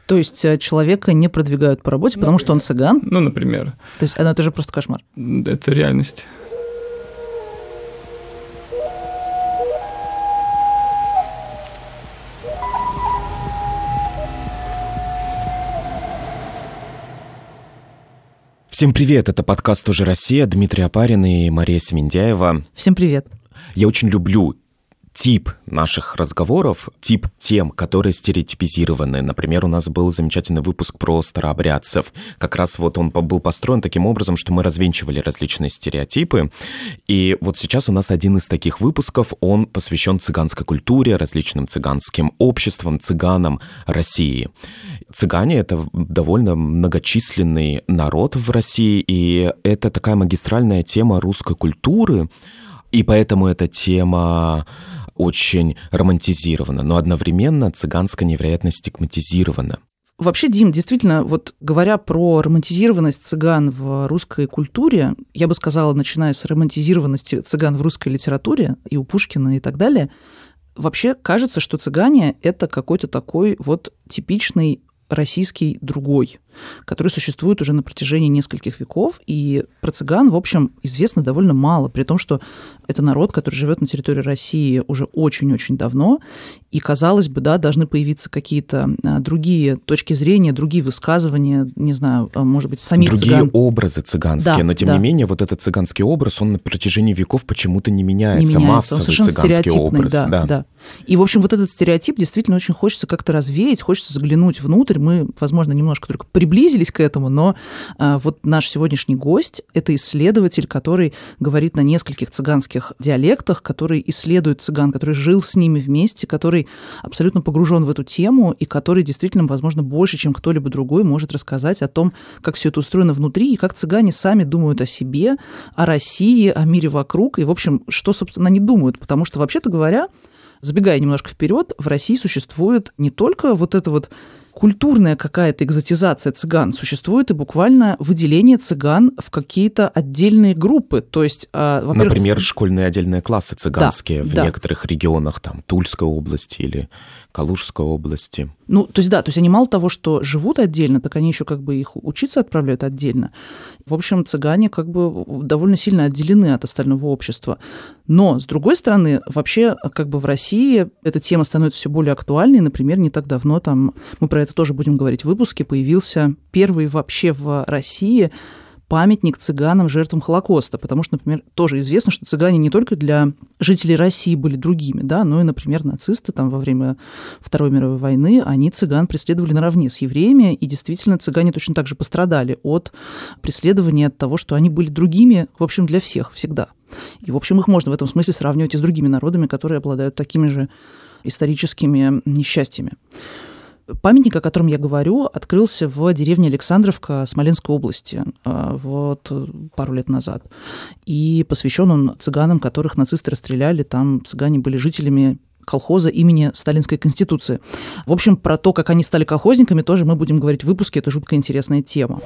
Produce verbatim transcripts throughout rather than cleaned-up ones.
То есть человека не продвигают по работе, потому что он цыган? Ну, например. То есть, ну, это же просто кошмар. Это реальность. Всем привет, это подкаст «Тоже Россия», Дмитрий Опарин и Мария Семендяева. Всем привет. Я очень люблю тип наших разговоров, тип тем, которые стереотипизированы. Например, у нас был замечательный выпуск про старообрядцев. Как раз вот он был построен таким образом, что мы развенчивали различные стереотипы. И вот сейчас у нас один из таких выпусков, он посвящен цыганской культуре, различным цыганским обществам, цыганам России. Цыгане — это довольно многочисленный народ в России, и это такая магистральная тема русской культуры, и поэтому эта тема очень романтизирована, но одновременно цыганская невероятно стигматизирована. Вообще, Дим, действительно, вот говоря про романтизированность цыган в русской культуре, я бы сказала, начиная с романтизированности цыган в русской литературе и у Пушкина и так далее, вообще кажется, что цыгане — это какой-то такой вот типичный российский другой, который существует уже на протяжении нескольких веков, и про цыган, в общем, известно довольно мало, при том, что это народ, который живет на территории России уже очень-очень давно, и, казалось бы, да, должны появиться какие-то другие точки зрения, другие высказывания, не знаю, может быть, самих другие цыган. Другие образы цыганские, да, но, тем да. не менее, вот этот цыганский образ, он на протяжении веков почему-то не меняется, не меняется. массовый цыганский образ. Да, да. Да. И, в общем, вот этот стереотип действительно очень хочется как-то развеять, хочется заглянуть внутрь. Мы, возможно, немножко только приблизились к этому, но а, вот наш сегодняшний гость – это исследователь, который говорит на нескольких цыганских диалектах, который исследует цыган, который жил с ними вместе, который абсолютно погружен в эту тему и который действительно, возможно, больше, чем кто-либо другой, может рассказать о том, как все это устроено внутри и как цыгане сами думают о себе, о России, о мире вокруг и, в общем, что, собственно, они думают. Потому что, вообще-то говоря, забегая немножко вперед, в России существует не только вот это вот культурная какая-то экзотизация цыган, существует и буквально выделение цыган в какие-то отдельные группы. То есть, э, во-первых, например, ц... школьные отдельные классы цыганские, да, в да. некоторых регионах, там, Тульской области или Калужской области. Ну, то есть, да, то есть они мало того, что живут отдельно, так они еще как бы их учиться отправляют отдельно. В общем, цыгане как бы довольно сильно отделены от остального общества. Но, с другой стороны, вообще как бы в России эта тема становится все более актуальной. Например, не так давно, там, мы про это тоже будем говорить в выпуске, появился первый вообще в России памятник цыганам, жертвам Холокоста, потому что, например, тоже известно, что цыгане не только для жителей России были другими, да, но и, например, нацисты там во время Второй мировой войны, они цыган преследовали наравне с евреями, и действительно цыгане точно так же пострадали от преследования, от того, что они были другими, в общем, для всех всегда. И, в общем, их можно в этом смысле сравнивать и с другими народами, которые обладают такими же историческими несчастьями. Памятник, о котором я говорю, открылся в деревне Александровка Смоленской области вот пару лет назад. И посвящен он цыганам, которых нацисты расстреляли. Там цыгане были жителями колхоза имени Сталинской Конституции. В общем, про то, как они стали колхозниками, тоже мы будем говорить в выпуске. Это жутко интересная тема.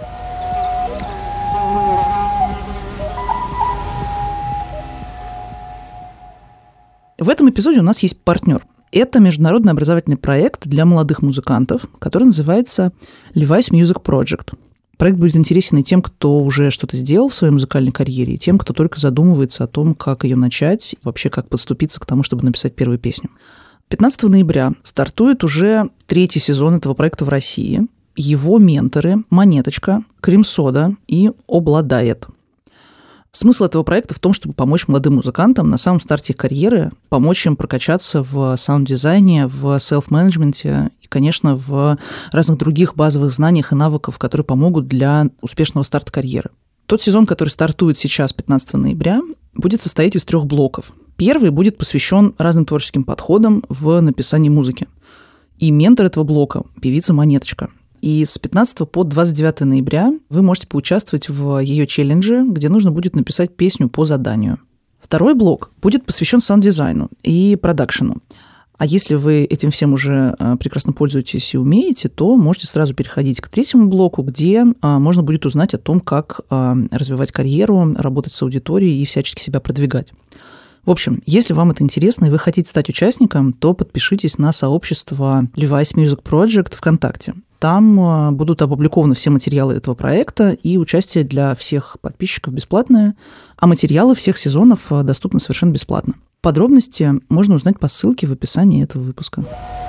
В этом эпизоде у нас есть партнер. Это международный образовательный проект для молодых музыкантов, который называется Levi's Music Project. Проект будет интересен и тем, кто уже что-то сделал в своей музыкальной карьере, и тем, кто только задумывается о том, как ее начать, вообще как подступиться к тому, чтобы написать первую песню. пятнадцатого ноября стартует уже третий сезон этого проекта в России. Его менторы Монеточка, Крем-Сода и Обладает. Смысл этого проекта в том, чтобы помочь молодым музыкантам на самом старте их карьеры, помочь им прокачаться в саунд-дизайне, в селф-менеджменте и, конечно, в разных других базовых знаниях и навыках, которые помогут для успешного старта карьеры. Тот сезон, который стартует сейчас, пятнадцатого ноября, будет состоять из трех блоков. Первый будет посвящен разным творческим подходам в написании музыки. И ментор этого блока – певица Монеточка. И с пятнадцатого по двадцать девятого ноября вы можете поучаствовать в ее челлендже, где нужно будет написать песню по заданию. Второй блок будет посвящен саунд-дизайну и продакшену. А если вы этим всем уже прекрасно пользуетесь и умеете, то можете сразу переходить к третьему блоку, где можно будет узнать о том, как развивать карьеру, работать с аудиторией и всячески себя продвигать. В общем, если вам это интересно и вы хотите стать участником, то подпишитесь на сообщество Levi's Music Project ВКонтакте. Там будут опубликованы все материалы этого проекта, и участие для всех подписчиков бесплатное, а материалы всех сезонов доступны совершенно бесплатно. Подробности можно узнать по ссылке в описании этого выпуска.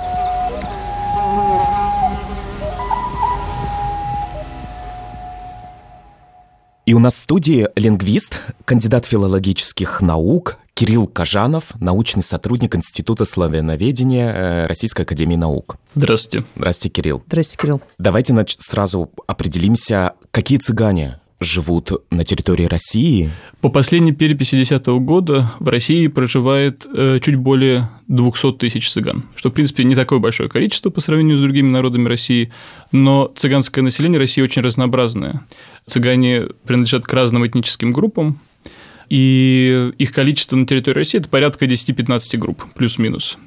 И у нас в студии лингвист, кандидат филологических наук Кирилл Кожанов, научный сотрудник Института славяноведения Российской академии наук. Здравствуйте. Здравствуйте, Кирилл. Здравствуйте, Кирилл. Давайте нач- сразу определимся, какие цыгане живут на территории России. По последней переписи две тысячи десятого года в России проживает э, чуть более двести тысяч цыган, что, в принципе, не такое большое количество по сравнению с другими народами России, но цыганское население России очень разнообразное. Цыгане принадлежат к разным этническим группам, и их количество на территории России – это порядка десять-пятнадцать групп, плюс-минус.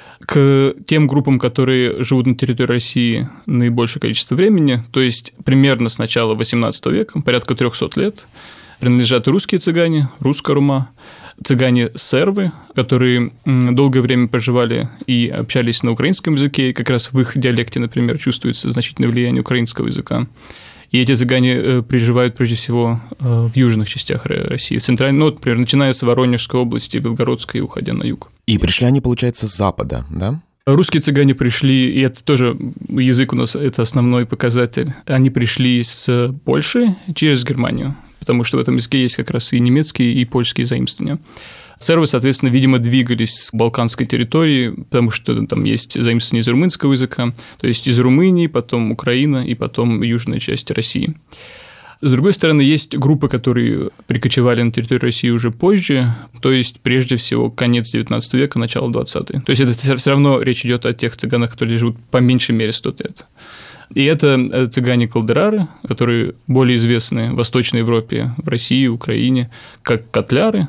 К тем группам, которые живут на территории России наибольшее количество времени, то есть примерно с начала восемнадцатого века, порядка трехсот лет, принадлежат русские цыгане, русско-рума, цыгане-сервы, которые долгое время проживали и общались на украинском языке, и как раз в их диалекте, например, чувствуется значительное влияние украинского языка. И эти цыгане проживают прежде всего в южных частях России, в центральной, ну, например, начиная с Воронежской области, Белгородской и уходя на юг. И пришли они, получается, с запада, да? Русские цыгане пришли, и это тоже язык у нас, это основной показатель, они пришли с Польши через Германию, потому что в этом языке есть как раз и немецкие, и польские заимствования. Сервы, соответственно, видимо, двигались с балканской территории, потому что там есть заимствование из румынского языка, то есть из Румынии, потом Украина и потом южная часть России. С другой стороны, есть группы, которые прикочевали на территорию России уже позже, то есть, прежде всего, конец девятнадцатого века, начало двадцатого. То есть, это все равно речь идет о тех цыганах, которые живут по меньшей мере сто лет. И это цыгане-калдерары, которые более известны в Восточной Европе, в России, Украине, как котляры,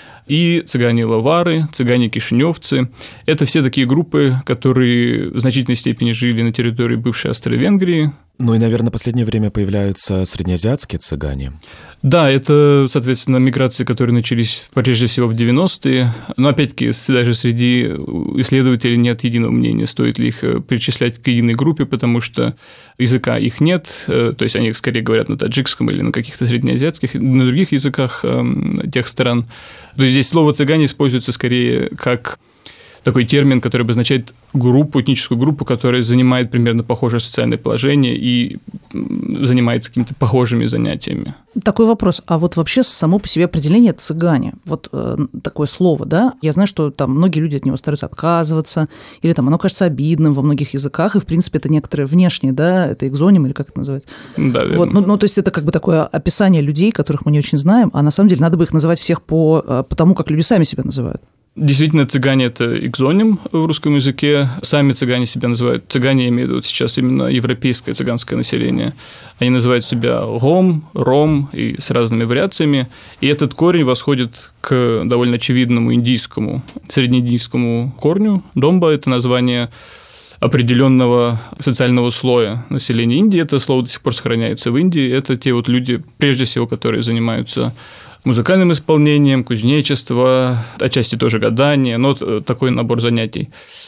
и цыгане-лавары, цыгане-кишиневцы. Это все такие группы, которые в значительной степени жили на территории бывшей Австро-Венгрии. Ну и, наверное, в последнее время появляются среднеазиатские цыгане. Да, это, соответственно, миграции, которые начались прежде всего в девяностые. Но, опять-таки, даже среди исследователей нет единого мнения, стоит ли их причислять к единой группе, потому что языка их нет, то есть они скорее говорят на таджикском или на каких-то среднеазиатских, на других языках тех стран. То есть здесь слово «цыгане» используется скорее как такой термин, который обозначает группу, этническую группу, которая занимает примерно похожее социальное положение и занимается какими-то похожими занятиями. Такой вопрос. А вот вообще само по себе определение «цыгане», вот э, такое слово, да? Я знаю, что там многие люди от него стараются отказываться, или там оно кажется обидным во многих языках, и, в принципе, это некоторое внешнее, да, это экзоним, или как это называть? Да, верно. Вот, ну, ну, то есть это как бы такое описание людей, которых мы не очень знаем, а на самом деле надо бы их называть всех по, по тому, как люди сами себя называют. Действительно, цыгане – это экзоним в русском языке. Сами цыгане себя называют, цыгане имеют вот сейчас именно европейское цыганское население. Они называют себя ром, ром и с разными вариациями. И этот корень восходит к довольно очевидному индийскому, среднеиндийскому корню. Домба – это название определенного социального слоя населения Индии. Это слово до сих пор сохраняется в Индии. Это те вот люди, прежде всего, которые занимаются музыкальным исполнением, кузнечество, отчасти тоже гадание, но такой набор занятий.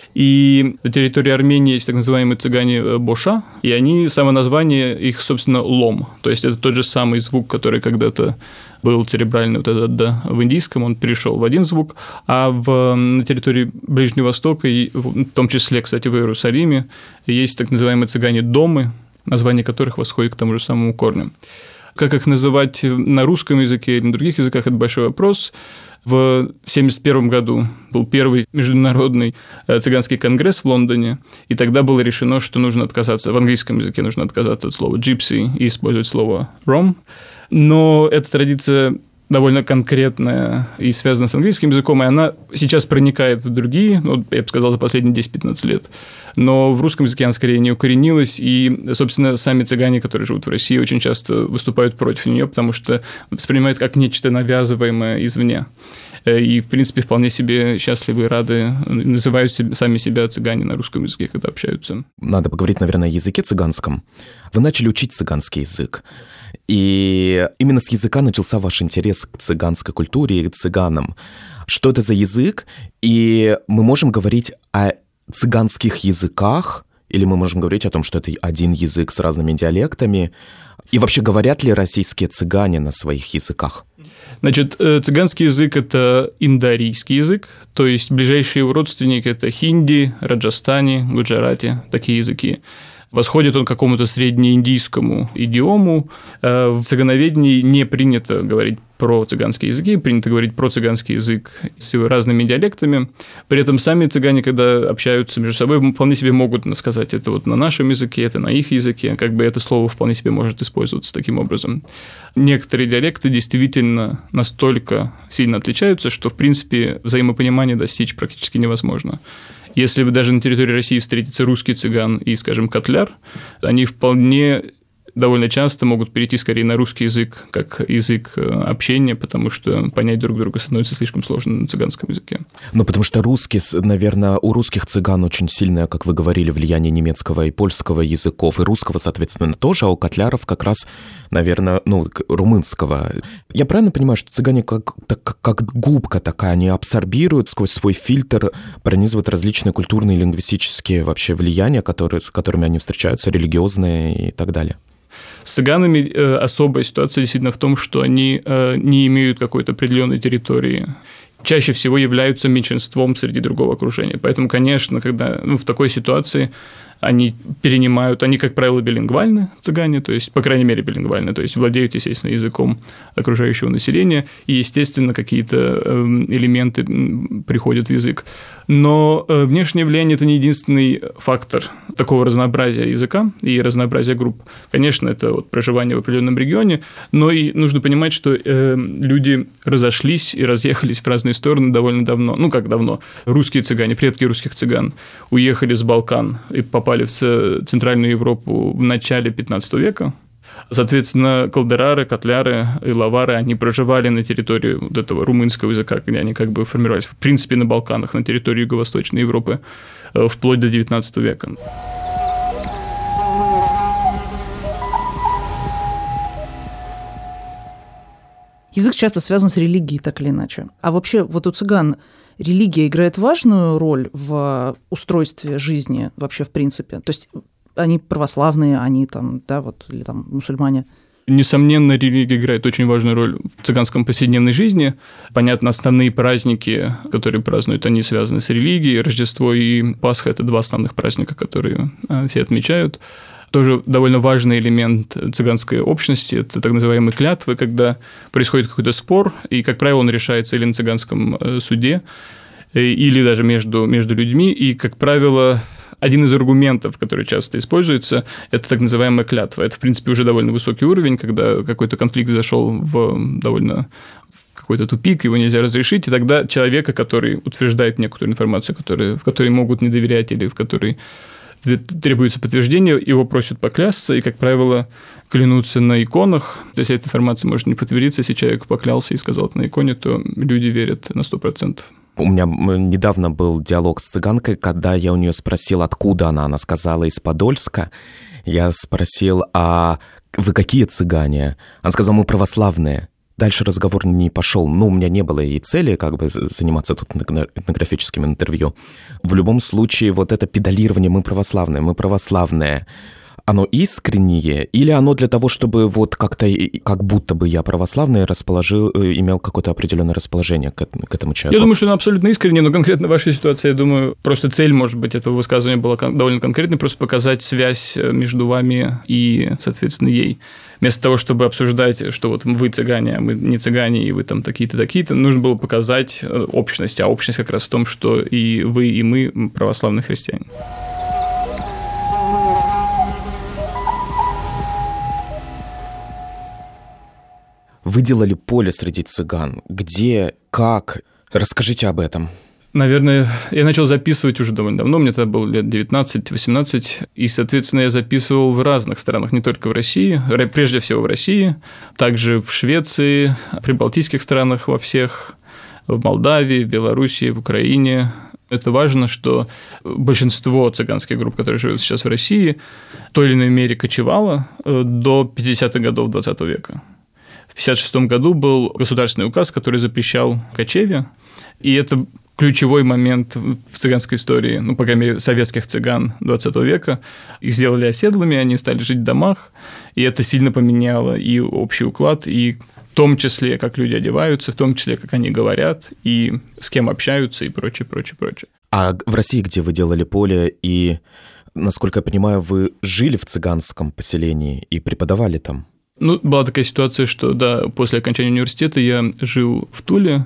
И на территории Армении есть так называемые цыгане Боша, и они, само название их, собственно, лом, то есть это тот же самый звук, который когда-то был церебральный вот этот, да, в индийском, он перешел в один звук, а в, на территории Ближнего Востока, и в том числе, кстати, в Иерусалиме, есть так называемые цыгане-домы, название которых восходит к тому же самому корню. Как их называть на русском языке или на других языках – это большой вопрос. В семьдесят первом году был первый международный цыганский конгресс в Лондоне, и тогда было решено, что нужно отказаться, в английском языке нужно отказаться от слова «gypsy» и использовать слово «rom». Но эта традиция довольно конкретная и связана с английским языком, и она сейчас проникает в другие, ну, я бы сказал, за последние десять-пятнадцать лет. Но в русском языке она скорее не укоренилась, и, собственно, сами цыгане, которые живут в России, очень часто выступают против нее, потому что воспринимают как нечто навязываемое извне. И, в принципе, вполне себе счастливы и рады, называют себя, сами себя цыгане на русском языке, когда общаются. Надо поговорить, наверное, о языке цыганском. Вы начали учить цыганский язык. И именно с языка начался ваш интерес к цыганской культуре и к цыганам. Что это за язык? И мы можем говорить о цыганских языках Или мы можем говорить о том, что это один язык с разными диалектами? И вообще, говорят ли российские цыгане на своих языках? Значит, цыганский язык – это индоарийский язык, то есть ближайшие его родственники – это хинди, раджастани, гуджарати, такие языки. Восходит он к какому-то среднеиндийскому идиому. В цыгановедении не принято говорить про цыганские языки, принято говорить про цыганский язык с разными диалектами. При этом сами цыгане, когда общаются между собой, вполне себе могут сказать, это вот на нашем языке, это на их языке, как бы это слово вполне себе может использоваться таким образом. Некоторые диалекты действительно настолько сильно отличаются, что, в принципе, взаимопонимания достичь практически невозможно. Если даже на территории России встретится русский цыган и, скажем, котляр, они вполне довольно часто могут перейти скорее на русский язык, как язык общения, потому что понять друг друга становится слишком сложно на цыганском языке. Ну, потому что русский, наверное, у русских цыган очень сильное, как вы говорили, влияние немецкого и польского языков, и русского, соответственно, тоже, а у котляров как раз, наверное, ну, румынского. Я правильно понимаю, что цыгане как, как, как губка такая, они абсорбируют сквозь свой фильтр, пронизывают различные культурные и лингвистические вообще влияния, которые, с которыми они встречаются, религиозные и так далее? С цыганами э, особая ситуация действительно в том, что они э, не имеют какой-то определенной территории. Чаще всего являются меньшинством среди другого окружения. Поэтому, конечно, когда ну, в такой ситуации они перенимают, они, как правило, билингвальны, цыгане, то есть, по крайней мере, билингвальны, то есть, владеют, естественно, языком окружающего населения, и, естественно, какие-то элементы приходят в язык. Но внешнее влияние – это не единственный фактор такого разнообразия языка и разнообразия групп. Конечно, это вот проживание в определенном регионе, но и нужно понимать, что э, люди разошлись и разъехались в разные стороны довольно давно. Ну, как давно? Русские цыгане, предки русских цыган, уехали с Балкан и попали в Центральную Европу в начале пятнадцатого века. Соответственно, калдерары, котляры и лавары, они проживали на территории вот этого румынского языка, где они как бы формировались, в принципе, на Балканах, на территории Юго-Восточной Европы, вплоть до девятнадцатого века. Язык часто связан с религией, так или иначе. А вообще, вот у цыган религия играет важную роль в устройстве жизни вообще в принципе? То есть они православные, они там, да, вот, или там мусульмане? Несомненно, религия играет очень важную роль в цыганском повседневной жизни. Понятно, основные праздники, которые празднуют, они связаны с религией. Рождество и Пасха – это два основных праздника, которые все отмечают. Тоже довольно важный элемент цыганской общности – это так называемые клятвы, когда происходит какой-то спор, и, как правило, он решается или на цыганском суде, или даже между, между людьми, и, как правило, один из аргументов, который часто используется, это так называемая клятва. Это, в принципе, уже довольно высокий уровень, когда какой-то конфликт зашел в довольно какой-то тупик, его нельзя разрешить, и тогда человека, который утверждает некоторую информацию, который, в которой могут не доверять или в которой требуется подтверждение, его просят поклясться, и, как правило, клянутся на иконах. Если эта информация может не подтвердиться, если человек поклялся и сказал это на иконе, то люди верят на сто процентов. У меня недавно был диалог с цыганкой, когда я у нее спросил, откуда она. Она сказала, из Подольска. Я спросил, а вы какие цыгане? Она сказала, мы православные. Дальше разговор не пошел. Ну, у меня не было и цели как бы заниматься тут этнографическим интервью. В любом случае, вот это педалирование «мы православные, мы православные», оно искреннее или оно для того, чтобы вот как-то, как будто бы я православный, расположил, имел какое-то определенное расположение к этому, к этому человеку? Я думаю, что оно абсолютно искренне, но конкретно в вашей ситуации, я думаю, просто цель, может быть, этого высказывания была довольно конкретной, просто показать связь между вами и, соответственно, ей. Вместо того, чтобы обсуждать, что вот вы цыгане, а мы не цыгане, и вы там такие-то, такие-то, нужно было показать общность, а общность как раз в том, что и вы, и мы православные христиане. Вы делали поле среди цыган. Где, как? Расскажите об этом. Наверное, я начал записывать уже довольно давно, мне тогда было лет девятнадцать-восемнадцать, и, соответственно, я записывал в разных странах, не только в России, прежде всего в России, также в Швеции, в прибалтийских странах во всех, в Молдавии, в Белоруссии, в Украине. Это важно, что большинство цыганских групп, которые живут сейчас в России, в той или иной мере кочевало до пятидесятых годов двадцатого века. В пятьдесят шестом году был государственный указ, который запрещал кочевье, и это ключевой момент в цыганской истории, ну, по крайней мере, советских цыган двадцатого века. Их сделали оседлыми, они стали жить в домах, и это сильно поменяло и общий уклад, и в том числе, как люди одеваются, в том числе, как они говорят, и с кем общаются, и прочее, прочее, прочее. А в России, где вы делали поле, и, насколько я понимаю, вы жили в цыганском поселении и преподавали там? Ну, была такая ситуация, что, да, после окончания университета я жил в Туле,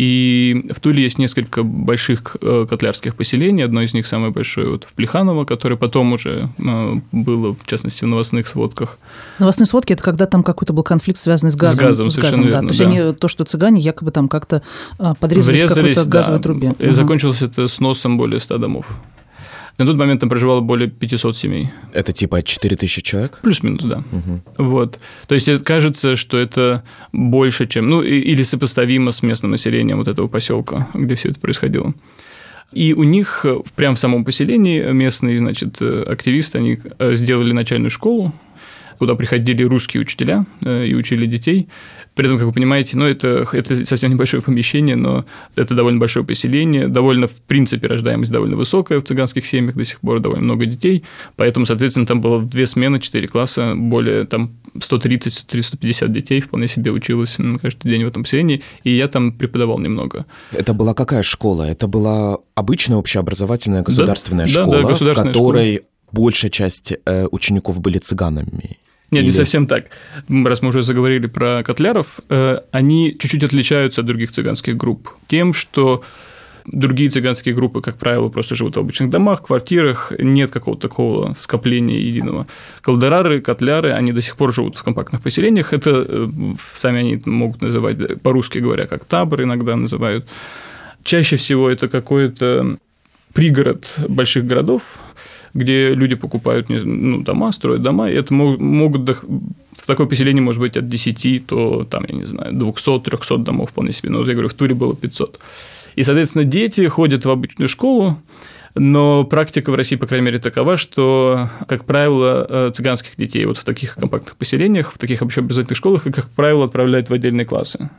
и в Туле есть несколько больших котлярских поселений, одно из них самое большое вот в Плеханово, которое потом уже было, в частности, в новостных сводках. Новостные сводки – это когда там какой-то был конфликт, связанный с газом. С газом, с совершенно газом, верно, да. То да. есть они, то, что цыгане якобы там как-то подрезались в какой-то газовой да, трубе. И угу. закончилось это сносом более ста домов. На тот момент там проживало более пятисот семей. Это типа четыре тысячи человек? Плюс-минус, да. Угу. Вот. То есть кажется, что это больше, чем... Ну, или сопоставимо с местным населением вот этого поселка, где все это происходило. И у них прямо в самом поселении местные, значит, активисты, они сделали начальную школу, куда приходили русские учителя и учили детей. При этом, как вы понимаете, ну, это, это совсем небольшое помещение, но это довольно большое поселение, довольно, в принципе, рождаемость довольно высокая в цыганских семьях, до сих пор довольно много детей, поэтому, соответственно, там было две смены, четыре класса, более там сто тридцать - сто тридцать - сто пятьдесят детей вполне себе училось каждый день в этом поселении, и я там преподавал немного. Это была какая школа? Это была обычная общеобразовательная государственная да, школа, да, да, государственная в которой школа. Большая часть э, учеников были цыганами? Нет, Или... не совсем так. Раз мы уже заговорили про котляров, э, они чуть-чуть отличаются от других цыганских групп тем, что другие цыганские группы, как правило, просто живут в обычных домах, квартирах, нет какого-то такого скопления единого. Колдерары, котляры, они до сих пор живут в компактных поселениях, это э, сами они могут называть, по-русски говоря, как табор иногда называют. Чаще всего это какой-то пригород больших городов, где люди покупают ну, дома, строят дома, и это могут в такое поселение может быть от десяти, то там, я не знаю, двухсот - трехсот домов вполне себе. Но вот я говорю, в Туре было пятьсот. И, соответственно, дети ходят в обычную школу, но практика в России, по крайней мере, такова, что, как правило, цыганских детей вот в таких компактных поселениях, в таких общеобразовательных школах, как правило, отправляют в отдельные классы.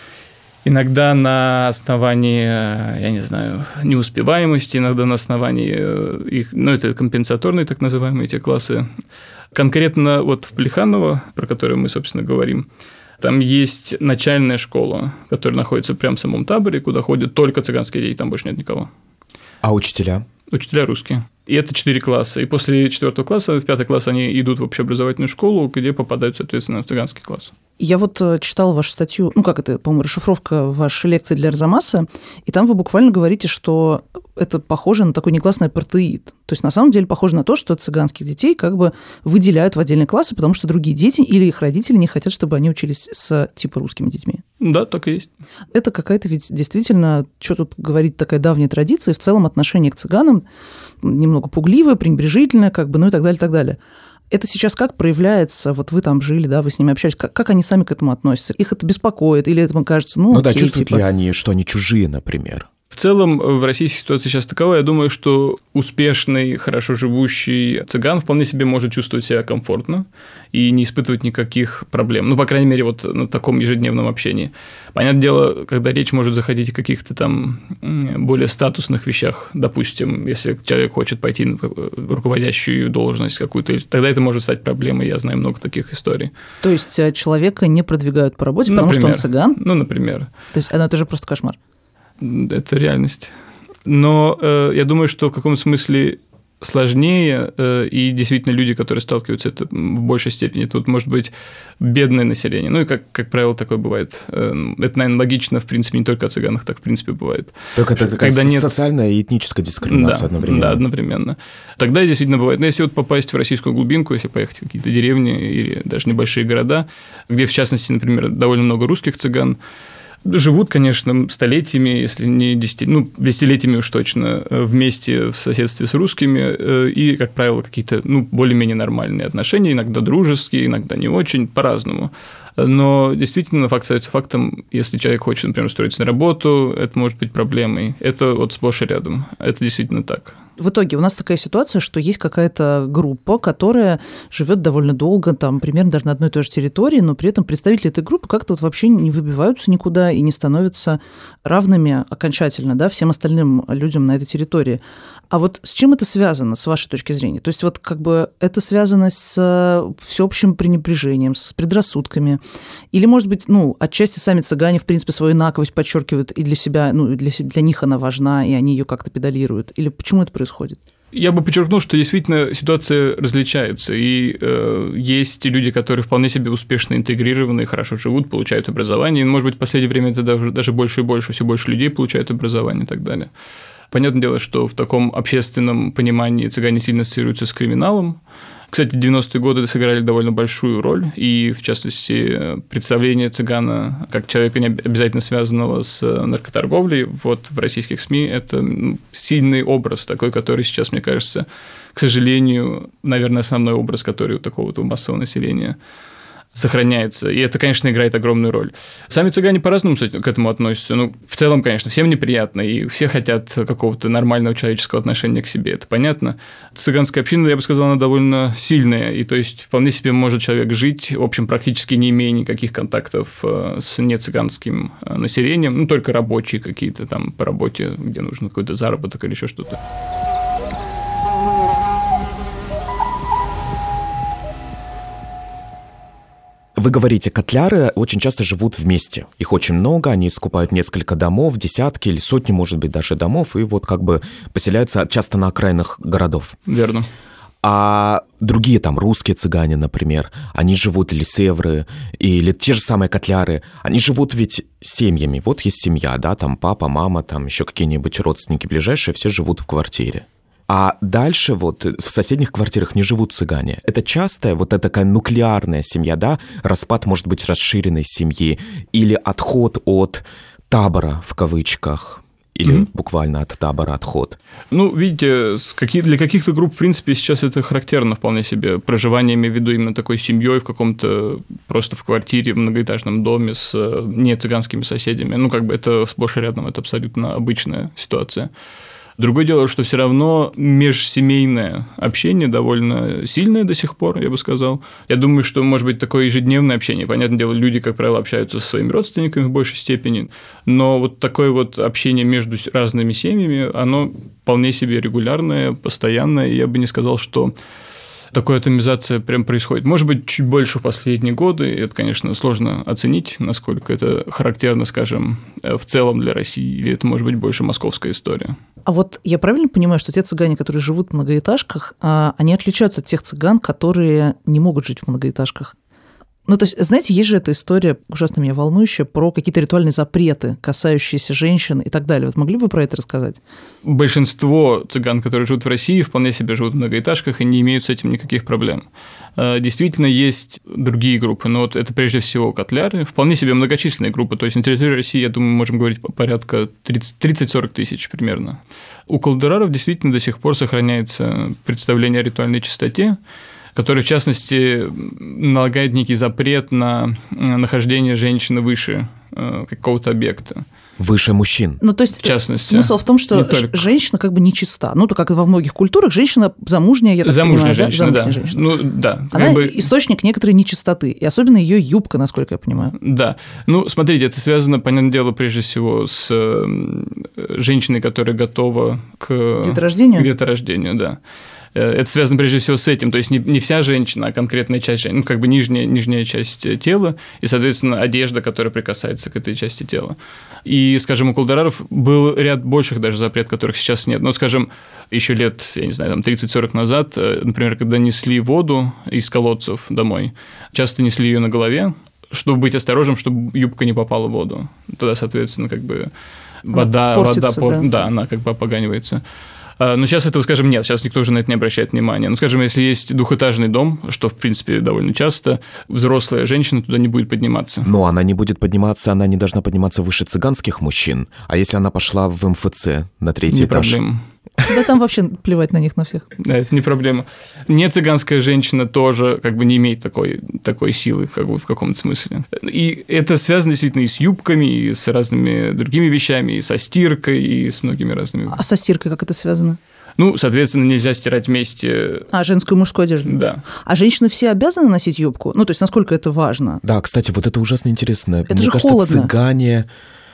Иногда на основании, я не знаю, неуспеваемости, иногда на основании их, ну, это компенсаторные так называемые эти классы. Конкретно вот в Плеханово, про которую мы, собственно, говорим, там есть начальная школа, которая находится прямо в самом таборе, куда ходят только цыганские дети, там больше нет никого. А учителя? Учителя русские. И это четыре класса. И после четвертого класса, в пятый класс они идут в общеобразовательную школу, где попадают, соответственно, в цыганский класс. Я вот читала вашу статью, ну как это, по-моему, расшифровка вашей лекции для Арзамаса, и там вы буквально говорите, что это похоже на такой негласный апартеид. То есть на самом деле похоже на то, что цыганских детей как бы выделяют в отдельные классы, потому что другие дети или их родители не хотят, чтобы они учились с типа русскими детьми. Да, так и есть. Это какая-то ведь действительно, что тут говорить, такая давняя традиция, и в целом отношение к цыганам немного пугливое, пренебрежительное, как бы, ну и так далее, так далее. Это сейчас как проявляется? Вот вы там жили, да, вы с ними общались. Как, как они сами к этому относятся? Их это беспокоит? Или это, кажется, ну, ну окей, да, чувствуют типа... ли они, что они чужие, например? В целом, в России ситуация сейчас такова, я думаю, что успешный, хорошо живущий цыган вполне себе может чувствовать себя комфортно и не испытывать никаких проблем. Ну, по крайней мере, вот на таком ежедневном общении. Понятное дело, когда речь может заходить о каких-то там более статусных вещах, допустим, если человек хочет пойти на руководящую должность какую-то, тогда это может стать проблемой, я знаю много таких историй. То есть человека не продвигают по работе, потому например, что он цыган? Ну, например. То есть, ну, это же просто кошмар. Это реальность. Но э, я думаю, что в каком-то смысле сложнее, э, и действительно люди, которые сталкиваются это в большей степени, тут может быть бедное население. Ну и, как, как правило, такое бывает. Э, это, наверное, логично, в принципе, не только о цыганах, так, в принципе, бывает. Только это такая когда нет... социальная и этническая дискриминация да, одновременно. Да, одновременно. Тогда действительно бывает. Но если вот попасть в российскую глубинку, если поехать в какие-то деревни или даже небольшие города, где, в частности, например, довольно много русских цыган, живут, конечно, столетиями, если не десяти, ну, десятилетиями уж точно, вместе в соседстве с русскими, и, как правило, какие-то ну, более-менее нормальные отношения, иногда дружеские, иногда не очень, по-разному. Но действительно факт остается фактом, если человек хочет, например, устроиться на работу, это может быть проблемой. Это вот сплошь и рядом. Это действительно так. В итоге у нас такая ситуация, что есть какая-то группа, которая живет довольно долго, там, примерно даже на одной и той же территории, но при этом представители этой группы как-то вот вообще не выбиваются никуда и не становятся равными окончательно, да, всем остальным людям на этой территории. А вот с чем это связано, с вашей точки зрения? То есть вот как бы это связано с всеобщим пренебрежением, с предрассудками? Или, может быть, ну, отчасти сами цыгане, в принципе, свою инаковость подчеркивают, и для себя, ну, для, для них она важна, и они ее как-то педалируют? Или почему это происходит? Я бы подчеркнул, что действительно ситуация различается, и э, есть люди, которые вполне себе успешно интегрированы, хорошо живут, получают образование, и, может быть, в последнее время это даже, даже больше и больше, все больше людей получают образование и так далее. Понятное дело, что в таком общественном понимании цыгане сильно ассоциируются с криминалом. Кстати, девяностые годы сыграли довольно большую роль, и, в частности, представление цыгана как человека, не обязательно связанного с наркоторговлей, вот в российских СМИ это сильный образ, такой, который сейчас, мне кажется, к сожалению, наверное, основной образ, который у такого-то массового населения сохраняется, и это, конечно, играет огромную роль. Сами цыгане по-разному к этому относятся. Ну, в целом, конечно, всем неприятно, и все хотят какого-то нормального человеческого отношения к себе, это понятно. Цыганская община, я бы сказал, она довольно сильная, и то есть вполне себе может человек жить, в общем, практически не имея никаких контактов с нецыганским населением, ну, только рабочие какие-то там по работе, где нужен какой-то заработок или еще что-то. Вы говорите, котляры очень часто живут вместе. Их очень много, они скупают несколько домов, десятки или сотни, может быть, даже домов, и вот как бы поселяются часто на окраинах городов. Верно. А другие там русские цыгане, например, они живут, или севры, или те же самые котляры, они живут ведь семьями. Вот есть семья, да, там папа, мама, там еще какие-нибудь родственники ближайшие, все живут в квартире. А дальше вот в соседних квартирах не живут цыгане. Это частая вот эта такая нуклеарная семья, да, распад, может быть, расширенной семьи или отход от табора, в кавычках, или mm-hmm. буквально от табора отход. Ну, видите, для каких-то групп, в принципе, сейчас это характерно вполне себе. Проживание, имею в виду, именно такой семьей в каком-то просто в квартире, в многоэтажном доме с не цыганскими соседями. Ну, как бы это сплошь и рядом, это абсолютно обычная ситуация. Другое дело, что все равно межсемейное общение довольно сильное до сих пор, я бы сказал. Я думаю, что, может быть, такое ежедневное общение. Понятное дело, люди, как правило, общаются со своими родственниками в большей степени, но вот такое вот общение между разными семьями, оно вполне себе регулярное, постоянное, и я бы не сказал, что такая атомизация прям происходит. Может быть, чуть больше в последние годы. Это, конечно, сложно оценить, насколько это характерно, скажем, в целом для России, или это, может быть, больше московская история. А вот я правильно понимаю, что те цыгане, которые живут в многоэтажках, они отличаются от тех цыган, которые не могут жить в многоэтажках? Ну, то есть, знаете, есть же эта история, ужасно меня волнующая, про какие-то ритуальные запреты, касающиеся женщин и так далее. Вот могли бы вы про это рассказать? Большинство цыган, которые живут в России, вполне себе живут в многоэтажках и не имеют с этим никаких проблем. Действительно, есть другие группы, но вот это прежде всего котляры, вполне себе многочисленные группы, то есть на территории России, я думаю, мы можем говорить порядка тридцать-сорок тысяч примерно. У колдераров действительно до сих пор сохраняется представление о ритуальной чистоте, который, в частности, налагает некий запрет на нахождение женщины выше какого-то объекта. Выше мужчин. Ну, то есть, в частности, смысл в том, что женщина как бы нечиста. Ну, то как и во многих культурах, женщина замужняя, я так замужняя понимаю, женщина, да? Замужняя да. женщина, ну, да. Она бы... источник некоторой нечистоты, и особенно ее юбка, насколько я понимаю. Да. Ну, смотрите, это связано, понятное дело, прежде всего с женщиной, которая готова к деторождению. К деторождению, да. Это связано прежде всего с этим, то есть не, не вся женщина, а конкретная часть, ну, как бы нижняя, нижняя часть тела и, соответственно, одежда, которая прикасается к этой части тела. И, скажем, у колдераров был ряд больших даже запретов, которых сейчас нет. Но, скажем, еще лет, я не знаю, там тридцать-сорок назад, например, когда несли воду из колодцев домой, часто несли ее на голове, чтобы быть осторожным, чтобы юбка не попала в воду. Тогда, соответственно, как бы вода, портится, вода, да. да, она как бы опоганивается. Но сейчас этого, скажем, нет, сейчас никто уже на это не обращает внимания. Ну, скажем, если есть двухэтажный дом, что, в принципе, довольно часто, взрослая женщина туда не будет подниматься. Но она не будет подниматься, она не должна подниматься выше цыганских мужчин. А если она пошла в эм эф цэ на третий не этаж? Проблема. Да там вообще плевать на них, на всех. Да, это не проблема. Не цыганская женщина тоже как бы не имеет такой, такой силы как бы в каком-то смысле. И это связано действительно и с юбками, и с разными другими вещами, и со стиркой, и с многими разными. А со стиркой как это связано? Ну, соответственно, нельзя стирать вместе. А, женскую и мужскую одежду? Да. А женщины все обязаны носить юбку? Ну, то есть, насколько это важно? Да, кстати, вот это ужасно интересно. Это Мне же кажется, холодно. цыгане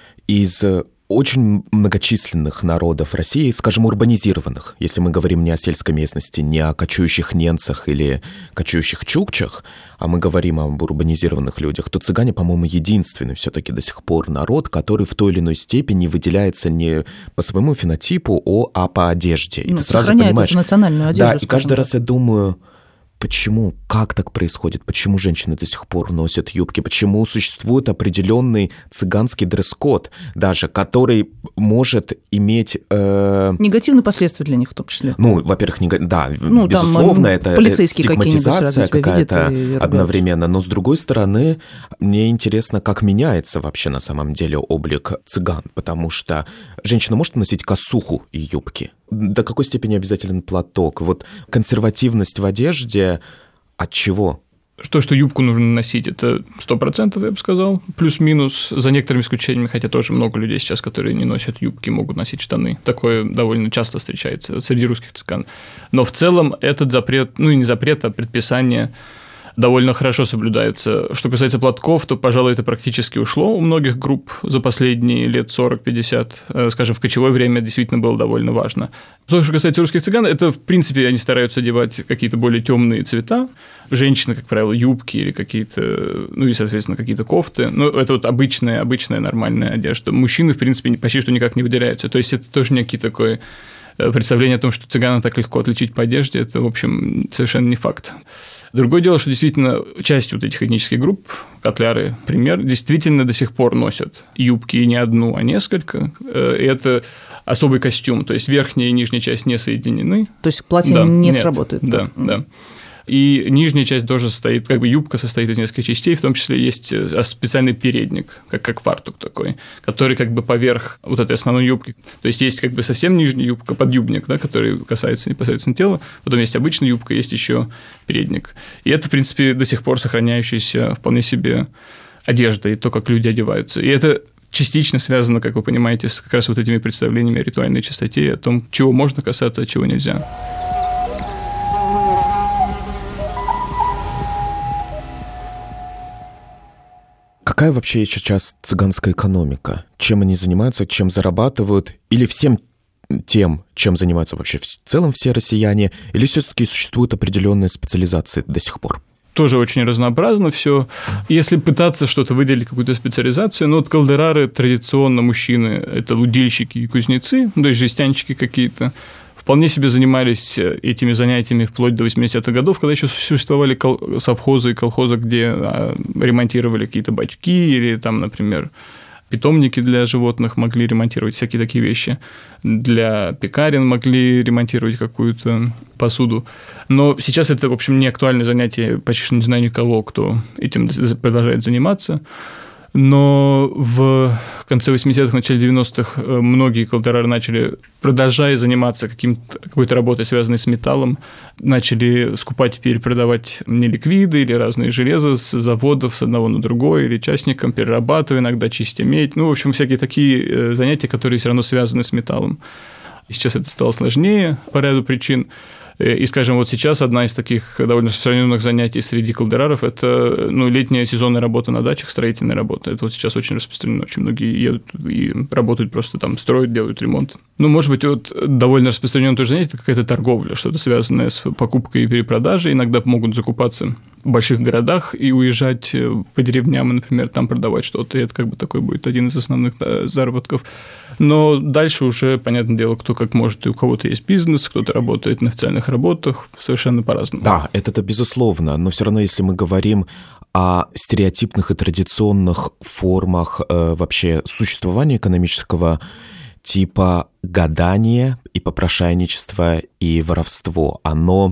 из очень многочисленных народов России, скажем, урбанизированных, если мы говорим не о сельской местности, не о кочующих ненцах или кочующих чукчах, а мы говорим об урбанизированных людях, то цыгане, по-моему, единственный все-таки до сих пор народ, который в той или иной степени выделяется не по своему фенотипу, а по одежде. И ну, ты сразу сохраняет понимаешь, эту национальную одежду. да, и каждый раз я думаю, почему, как так происходит, почему женщины до сих пор носят юбки, почему существует определенный цыганский дресс-код даже, который может иметь... Э... негативные последствия для них в том числе. Ну, во-первых, нега... да, ну, безусловно, там, это стигматизация какая-то одновременно, но с другой стороны, мне интересно, как меняется вообще на самом деле облик цыган, потому что женщина может носить косуху и юбки. До какой степени обязателен платок? Вот консервативность в одежде от чего? То, что юбку нужно носить, это сто процентов, я бы сказал. Плюс-минус, за некоторыми исключениями, хотя тоже много людей сейчас, которые не носят юбки, могут носить штаны. Такое довольно часто встречается среди русских цыган. Но в целом этот запрет, ну и не запрет, а предписание довольно хорошо соблюдается. Что касается платков, то, пожалуй, это практически ушло у многих групп за последние лет сорок-пятьдесят. Скажем, в кочевое время действительно было довольно важно. То, что касается русских цыган, это, в принципе, они стараются одевать какие-то более темные цвета. Женщины, как правило, юбки или какие-то, ну и, соответственно, какие-то кофты. Ну, это вот обычная, обычная нормальная одежда. Мужчины, в принципе, почти что никак не выделяются. То есть это тоже некий такой представление о том, что цыгана так легко отличить по одежде, это, в общем, совершенно не факт. Другое дело, что действительно часть вот этих этнических групп, котляры, пример, действительно до сих пор носят юбки не одну, а несколько. И это особый костюм, то есть верхняя и нижняя часть не соединены. То есть платье да, не нет, сработает. Да, да. да. И нижняя часть тоже состоит, как бы юбка состоит из нескольких частей, в том числе есть специальный передник, как, как фартук такой, который как бы поверх вот этой основной юбки. То есть есть как бы совсем нижняя юбка, подъюбник, да, который касается непосредственно тела, потом есть обычная юбка, есть еще передник. И это, в принципе, до сих пор сохраняющаяся вполне себе одежда и то, как люди одеваются. И это частично связано, как вы понимаете, с как раз вот этими представлениями о ритуальной чистоте, о том, чего можно касаться, а чего нельзя. Какая вообще сейчас цыганская экономика? Чем они занимаются, чем зарабатывают? Или всем тем, чем занимаются вообще в целом все россияне? Или все-таки существуют определенные специализации до сих пор? Тоже очень разнообразно все. Если пытаться что-то выделить, какую-то специализацию, ну вот калдерары традиционно мужчины – это лудильщики и кузнецы, то есть жестянщики какие-то. Вполне себе занимались этими занятиями вплоть до восьмидесятых годов, когда еще существовали совхозы и колхозы, где ремонтировали какие-то бачки или там, например, питомники для животных могли ремонтировать всякие такие вещи. Для пекарен могли ремонтировать какую-то посуду. Но сейчас это, в общем, не актуальное занятие. Почти что не знаю никого, кто этим продолжает заниматься. Но в конце восьмидесятых, начале девяностых многие калдерары начали, продолжая заниматься каким-то, какой-то работой, связанной с металлом, начали скупать и перепродавать неликвиды или разные железа с заводов с одного на другой, или частникам, перерабатывая, иногда чистя медь. Ну, в общем, всякие такие занятия, которые все равно связаны с металлом. И сейчас это стало сложнее по ряду причин. И, скажем, вот сейчас одна из таких довольно распространенных занятий среди калдераров – это ну, летняя сезонная работа на дачах, строительная работа. Это вот сейчас очень распространено. Очень многие едут и работают просто там, строят, делают ремонт. Ну, может быть, вот довольно распространенное тоже занятие – это какая-то торговля, что-то связанное с покупкой и перепродажей. Иногда могут закупаться в больших городах и уезжать по деревням, например, там продавать что-то. И это как бы такой будет один из основных да, заработков. Но дальше уже, понятное дело, кто как может. И у кого-то есть бизнес, кто-то работает на официальных работах, совершенно по-разному. Да, это-то безусловно, но все равно, если мы говорим о стереотипных и традиционных формах э, вообще существования экономического, типа гадание и попрошайничество и воровство, оно...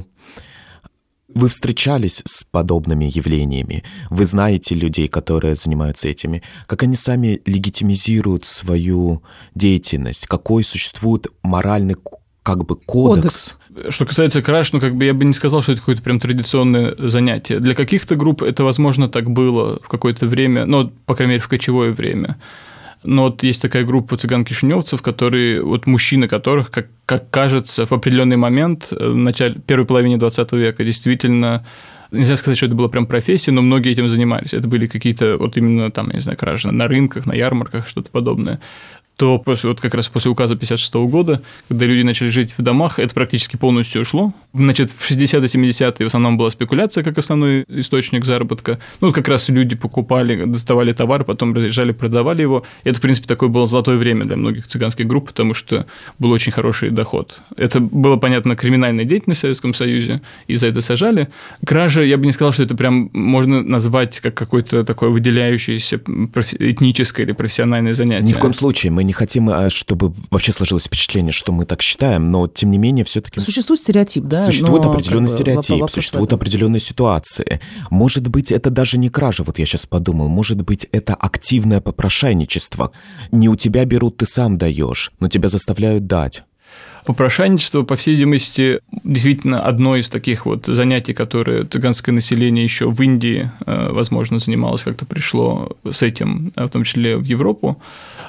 Вы встречались с подобными явлениями, вы знаете людей, которые занимаются этими, как они сами легитимизируют свою деятельность, какой существует моральный как бы кодекс. кодекс. Что касается краш, ну, как бы я бы не сказал, что это какое-то прям традиционное занятие. Для каких-то групп это, возможно, так было в какое-то время, ну, по крайней мере, в кочевое время. Но вот есть такая группа цыган-кишиневцев, которые, вот мужчины которых, как, как кажется, в определенный момент, в начале, первой половине двадцатого века, действительно, нельзя сказать, что это была прям профессия, но многие этим занимались. Это были какие-то вот именно там, я не знаю, кражи на рынках, на ярмарках, что-то подобное. То после, вот как раз после указа пятьдесят шестого года, когда люди начали жить в домах, это практически полностью ушло. Значит, в шестидесятые, семидесятые в основном была спекуляция как основной источник заработка. Ну, как раз люди покупали, доставали товар, потом разъезжали, продавали его. И это, в принципе, такое было золотое время для многих цыганских групп, потому что был очень хороший доход. Это было, понятно, криминальная деятельность в Советском Союзе, и за это сажали. Кража, я бы не сказал, что это прям можно назвать как какое-то такое выделяющееся этническое или профессиональное занятие. Ни в коем случае. Мы не хотим, чтобы вообще сложилось впечатление, что мы так считаем, но тем не менее все-таки... Существует стереотип, да? Существует но, определенный как бы, стереотип, существуют определенные ситуации. Может быть, это даже не кража, вот я сейчас подумал, может быть, это активное попрошайничество. Не у тебя берут, ты сам даешь, но тебя заставляют дать. Попрошайничество, по всей видимости, действительно одно из таких вот занятий, которые цыганское население еще в Индии, возможно, занималось, как-то пришло с этим, в том числе в Европу.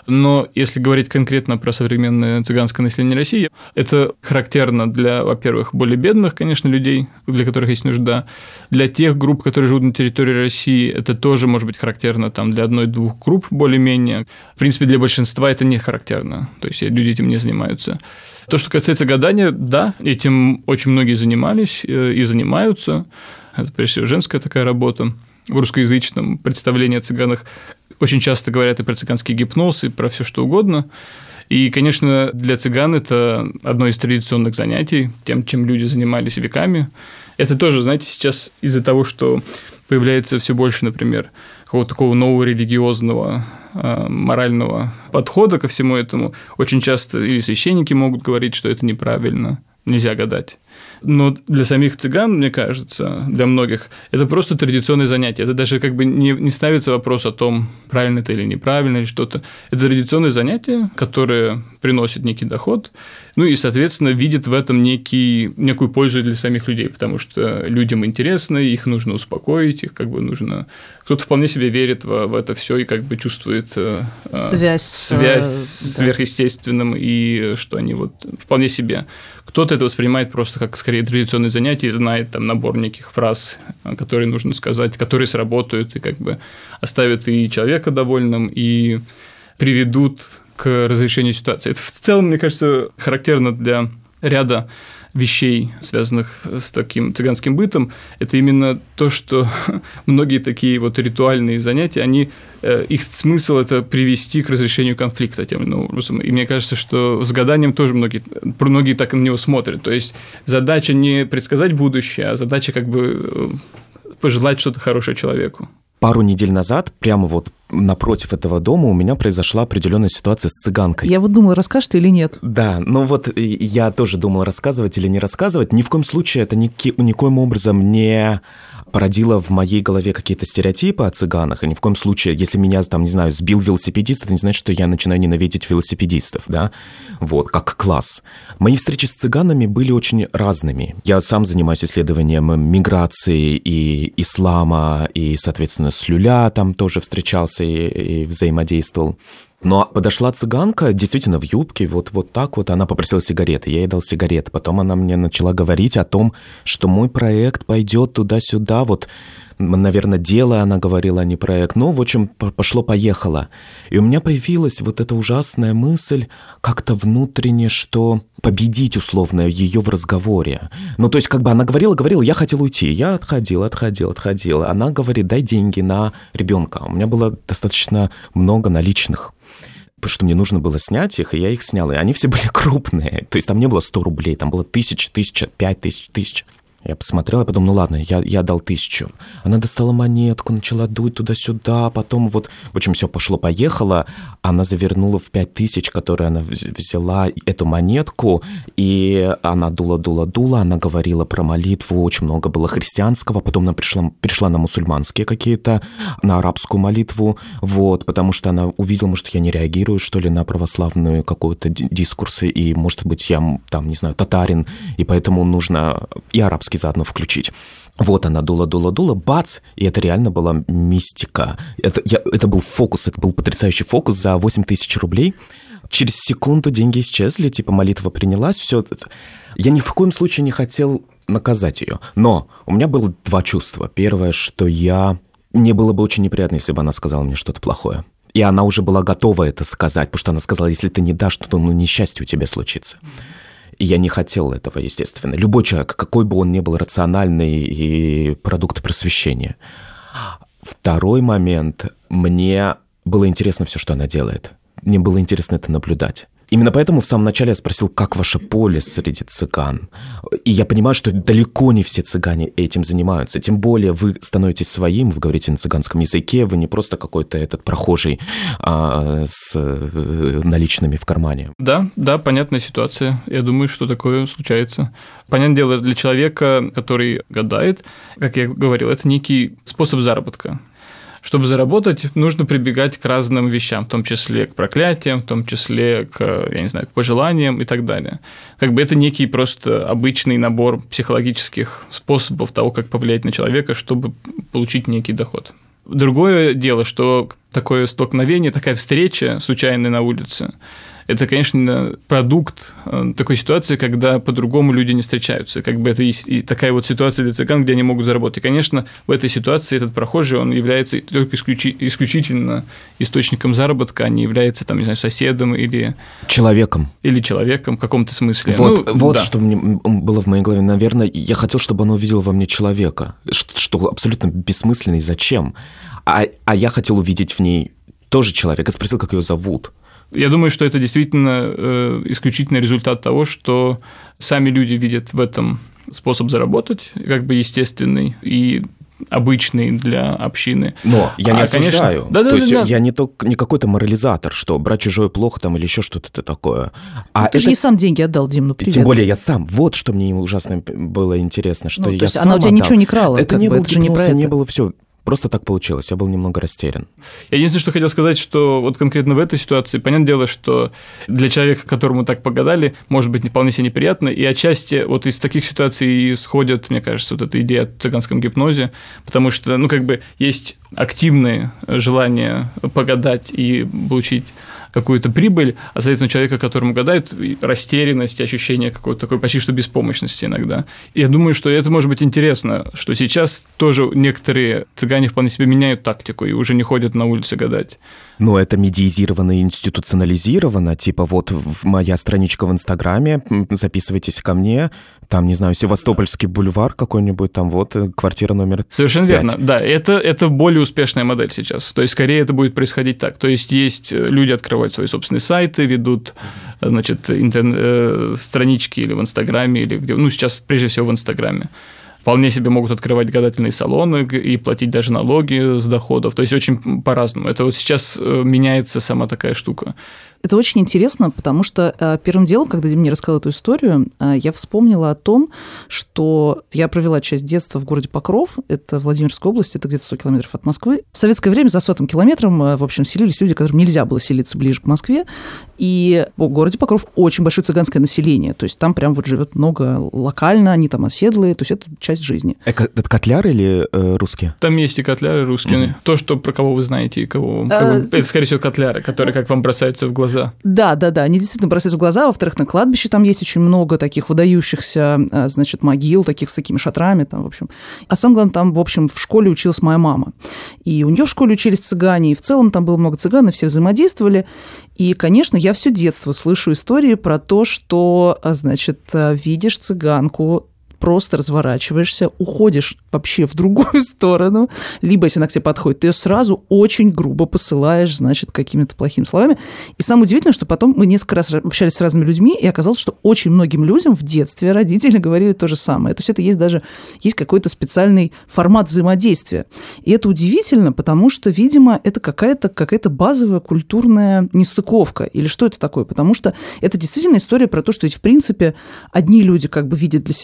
Но если говорить конкретно про современное цыганское население России, это характерно для, во-первых, более бедных, конечно, людей, для которых есть нужда. Для тех групп, которые живут на территории России, это тоже может быть характерно там, для одной-двух групп более-менее. В принципе, для большинства это не характерно, то есть люди этим не занимаются. То, что касается гадания, да, этим очень многие занимались и занимаются. Это, прежде всего, женская такая работа. В русскоязычном представлении о цыганах очень часто говорят и про цыганский гипноз, и про все что угодно. И, конечно, для цыган это одно из традиционных занятий, тем, чем люди занимались веками. Это тоже, знаете, сейчас из-за того, что появляется все больше, например, какого-то такого нового религиозного, морального подхода ко всему этому, очень часто или священники могут говорить, что это неправильно, нельзя гадать. Но для самих цыган, мне кажется, для многих, это просто традиционное занятие. Это даже как бы не, не ставится вопрос о том, правильно это или неправильно, или что-то. Это традиционное занятие, которое приносит некий доход, ну и, соответственно, видит в этом некий, некую пользу для самих людей, потому что людям интересно, их нужно успокоить, их как бы нужно... Кто-то вполне себе верит в, в это все и как бы чувствует связь, связь с да. сверхъестественным, и что они вот вполне себе... Кто-то это воспринимает просто как, скорее, традиционное занятие и знает там набор неких фраз, которые нужно сказать, которые сработают и как бы оставят и человека довольным, и приведут к разрешению ситуации. Это в целом, мне кажется, характерно для ряда вещей, связанных с таким цыганским бытом, это именно то, что многие такие вот ритуальные занятия, они, их смысл – это привести к разрешению конфликта тем или иным образом. И мне кажется, что с гаданием тоже многие, многие так на него смотрят. То есть задача не предсказать будущее, а задача как бы пожелать что-то хорошее человеку. Пару недель назад, прямо вот напротив этого дома, у меня произошла определенная ситуация с цыганкой. Я вот думала, расскажешь ты или нет. Да, ну вот я тоже думал, рассказывать или не рассказывать. Ни в коем случае это ники, никоим образом не породило в моей голове какие-то стереотипы о цыганах. И ни в коем случае, если меня, там, не знаю, сбил велосипедист, это не значит, что я начинаю ненавидеть велосипедистов, да? Вот, как класс. Мои встречи с цыганами были очень разными. Я сам занимаюсь исследованием миграции и ислама, и, соответственно, с люля там тоже встречался и, и взаимодействовал. Но подошла цыганка, действительно, в юбке, вот, вот так вот, она попросила сигареты, я ей дал сигареты. Потом она мне начала говорить о том, что мой проект пойдет туда-сюда, вот, наверное, дело, она говорила, а не проект. Ну, в общем, пошло-поехало. И у меня появилась вот эта ужасная мысль как-то внутренне, что победить, условно, ее в разговоре. Ну, то есть, как бы она говорила-говорила, я хотел уйти. Я отходил, отходил, отходил. Она говорит, дай деньги на ребенка. У меня было достаточно много наличных, потому что мне нужно было снять их, и я их снял. И они все были крупные. То есть, там не было сто рублей, там было тысяча, тысяча, пять тысяч, тысяча. Я посмотрел, я подумал, ну ладно, я, я дал тысячу. Она достала монетку, начала дуть туда-сюда, потом вот, в общем, все пошло-поехало. Она завернула в пять тысяч, которые она взяла эту монетку, и она дула-дула-дула, она говорила про молитву, очень много было христианского, потом она пришла, перешла на мусульманские какие-то, на арабскую молитву, вот, потому что она увидела, может, я не реагирую, что ли, на православную какую-то дискурсы, и, может быть, я, там, не знаю, татарин, и поэтому нужно и арабский наушники заодно включить. Вот она дула-дула-дула, бац, и это реально была мистика. Это, я, это был фокус, это был потрясающий фокус за восемь тысяч рублей. Через секунду деньги исчезли, типа молитва принялась, все. Я ни в коем случае не хотел наказать ее, но у меня было два чувства. Первое, что я... Мне было бы очень неприятно, если бы она сказала мне что-то плохое. И она уже была готова это сказать, потому что она сказала, если ты не дашь, то ну, несчастье у тебя случится. И я не хотел этого, естественно. Любой человек, какой бы он ни был рациональный и продукт просвещения. Второй момент. Мне было интересно все, что она делает. Мне было интересно это наблюдать. Именно поэтому в самом начале я спросил, как ваше поле среди цыган. И я понимаю, что далеко не все цыгане этим занимаются. Тем более вы становитесь своим, вы говорите на цыганском языке, вы не просто какой-то этот прохожий а, с э, наличными в кармане. Да, да, понятная ситуация. Я думаю, что такое случается. Понятное дело, для человека, который гадает, как я говорил, это некий способ заработка. Чтобы заработать, нужно прибегать к разным вещам, в том числе к проклятиям, в том числе к, я не знаю, к пожеланиям и так далее. Как бы это некий просто обычный набор психологических способов того, как повлиять на человека, чтобы получить некий доход. Другое дело, что такое столкновение, такая встреча случайная на улице, это, конечно, продукт такой ситуации, когда по-другому люди не встречаются. Как бы это и такая вот ситуация для цыган, где они могут заработать. И, конечно, в этой ситуации этот прохожий, он является только исключи- исключительно источником заработка, а не является, там, не знаю, соседом или... Человеком. Или человеком в каком-то смысле. Вот, ну, вот да. Что мне было в моей голове. Наверное, я хотел, чтобы он увидел во мне человека, что, что абсолютно бессмысленный. Зачем? А, а я хотел увидеть в ней тоже человека. Спросил, как ее зовут. Я думаю, что это действительно э, исключительно результат того, что сами люди видят в этом способ заработать, как бы естественный и обычный для общины. Но я не а, осуждаю. Конечно, да, да, То есть да, да. я не, то, не какой-то морализатор, что брать чужое плохо там или еще что-то такое. А ну, ты это... же ей сам деньги отдал, Дим, ну привет. Тем более я сам. Вот что мне ужасно было интересно, что ну, я то есть сам она у тебя отдал. ничего не крала. Это не бы, был это же не про гипноз, это. не было все. Просто так получилось, я был немного растерян. Я единственное, что хотел сказать, что вот конкретно в этой ситуации, понятное дело, что для человека, которому так погадали, может быть, вполне себе неприятно, и отчасти вот из таких ситуаций исходит, мне кажется, вот эта идея о цыганском гипнозе, потому что, ну, как бы есть активное желание погадать и получить какую-то прибыль, а, соответственно, у человека, которому гадают, растерянность, ощущение какой-то такой почти что беспомощности иногда. И я думаю, что это может быть интересно, что сейчас тоже некоторые цыгане вполне себе меняют тактику и уже не ходят на улице гадать. Но это медиизировано и институционализировано, типа вот моя страничка в Инстаграме, записывайтесь ко мне, там, не знаю, Севастопольский бульвар какой-нибудь, там вот квартира номер Совершенно пять. верно, да, это, это более успешная модель сейчас, то есть скорее это будет происходить так, то есть есть люди открывают свои собственные сайты, ведут, значит, интер... э, странички или в Инстаграме, или где, ну, сейчас прежде всего в Инстаграме. Вполне себе могут открывать гадательные салоны и платить даже налоги с доходов. То есть очень по-разному. Это вот сейчас меняется сама такая штука. Это очень интересно, потому что первым делом, когда Дим мне рассказал эту историю, я вспомнила о том, что я провела часть детства в городе Покров, это Владимирская область, это где-то сто километров от Москвы. В советское время за сотым километром, в общем, селились люди, которым нельзя было селиться ближе к Москве, и в городе Покров очень большое цыганское население, то есть там прям вот живет много локально, они там оседлые, то есть это часть жизни. Это, это котляры или э, русские? Там есть и котляры русские. Mm-hmm. То, что про кого вы знаете и кого... А... Как бы, это, скорее всего, котляры, которые как вам бросаются в глаза. Да, да, да, они действительно бросаются в глаза. Во-вторых, на кладбище там есть очень много таких выдающихся, значит, могил, таких с такими шатрами, там, в общем. А самое главное, там, в общем, в школе училась моя мама. И у нее в школе учились цыгане, и в целом там было много цыган, и все взаимодействовали. И, конечно, я все детство слышу истории про то, что, значит, видишь цыганку, просто разворачиваешься, уходишь вообще в другую сторону, либо, если она к тебе подходит, ты ее сразу очень грубо посылаешь, значит, какими-то плохими словами. И самое удивительное, что потом мы несколько раз общались с разными людьми, и оказалось, что очень многим людям в детстве родители говорили то же самое. То есть это есть даже есть какой-то специальный формат взаимодействия. И это удивительно, потому что, видимо, это какая-то, какая-то базовая культурная нестыковка. Или что это такое? Потому что это действительно история про то, что ведь, в принципе, одни люди как бы видят для себя коммуникацию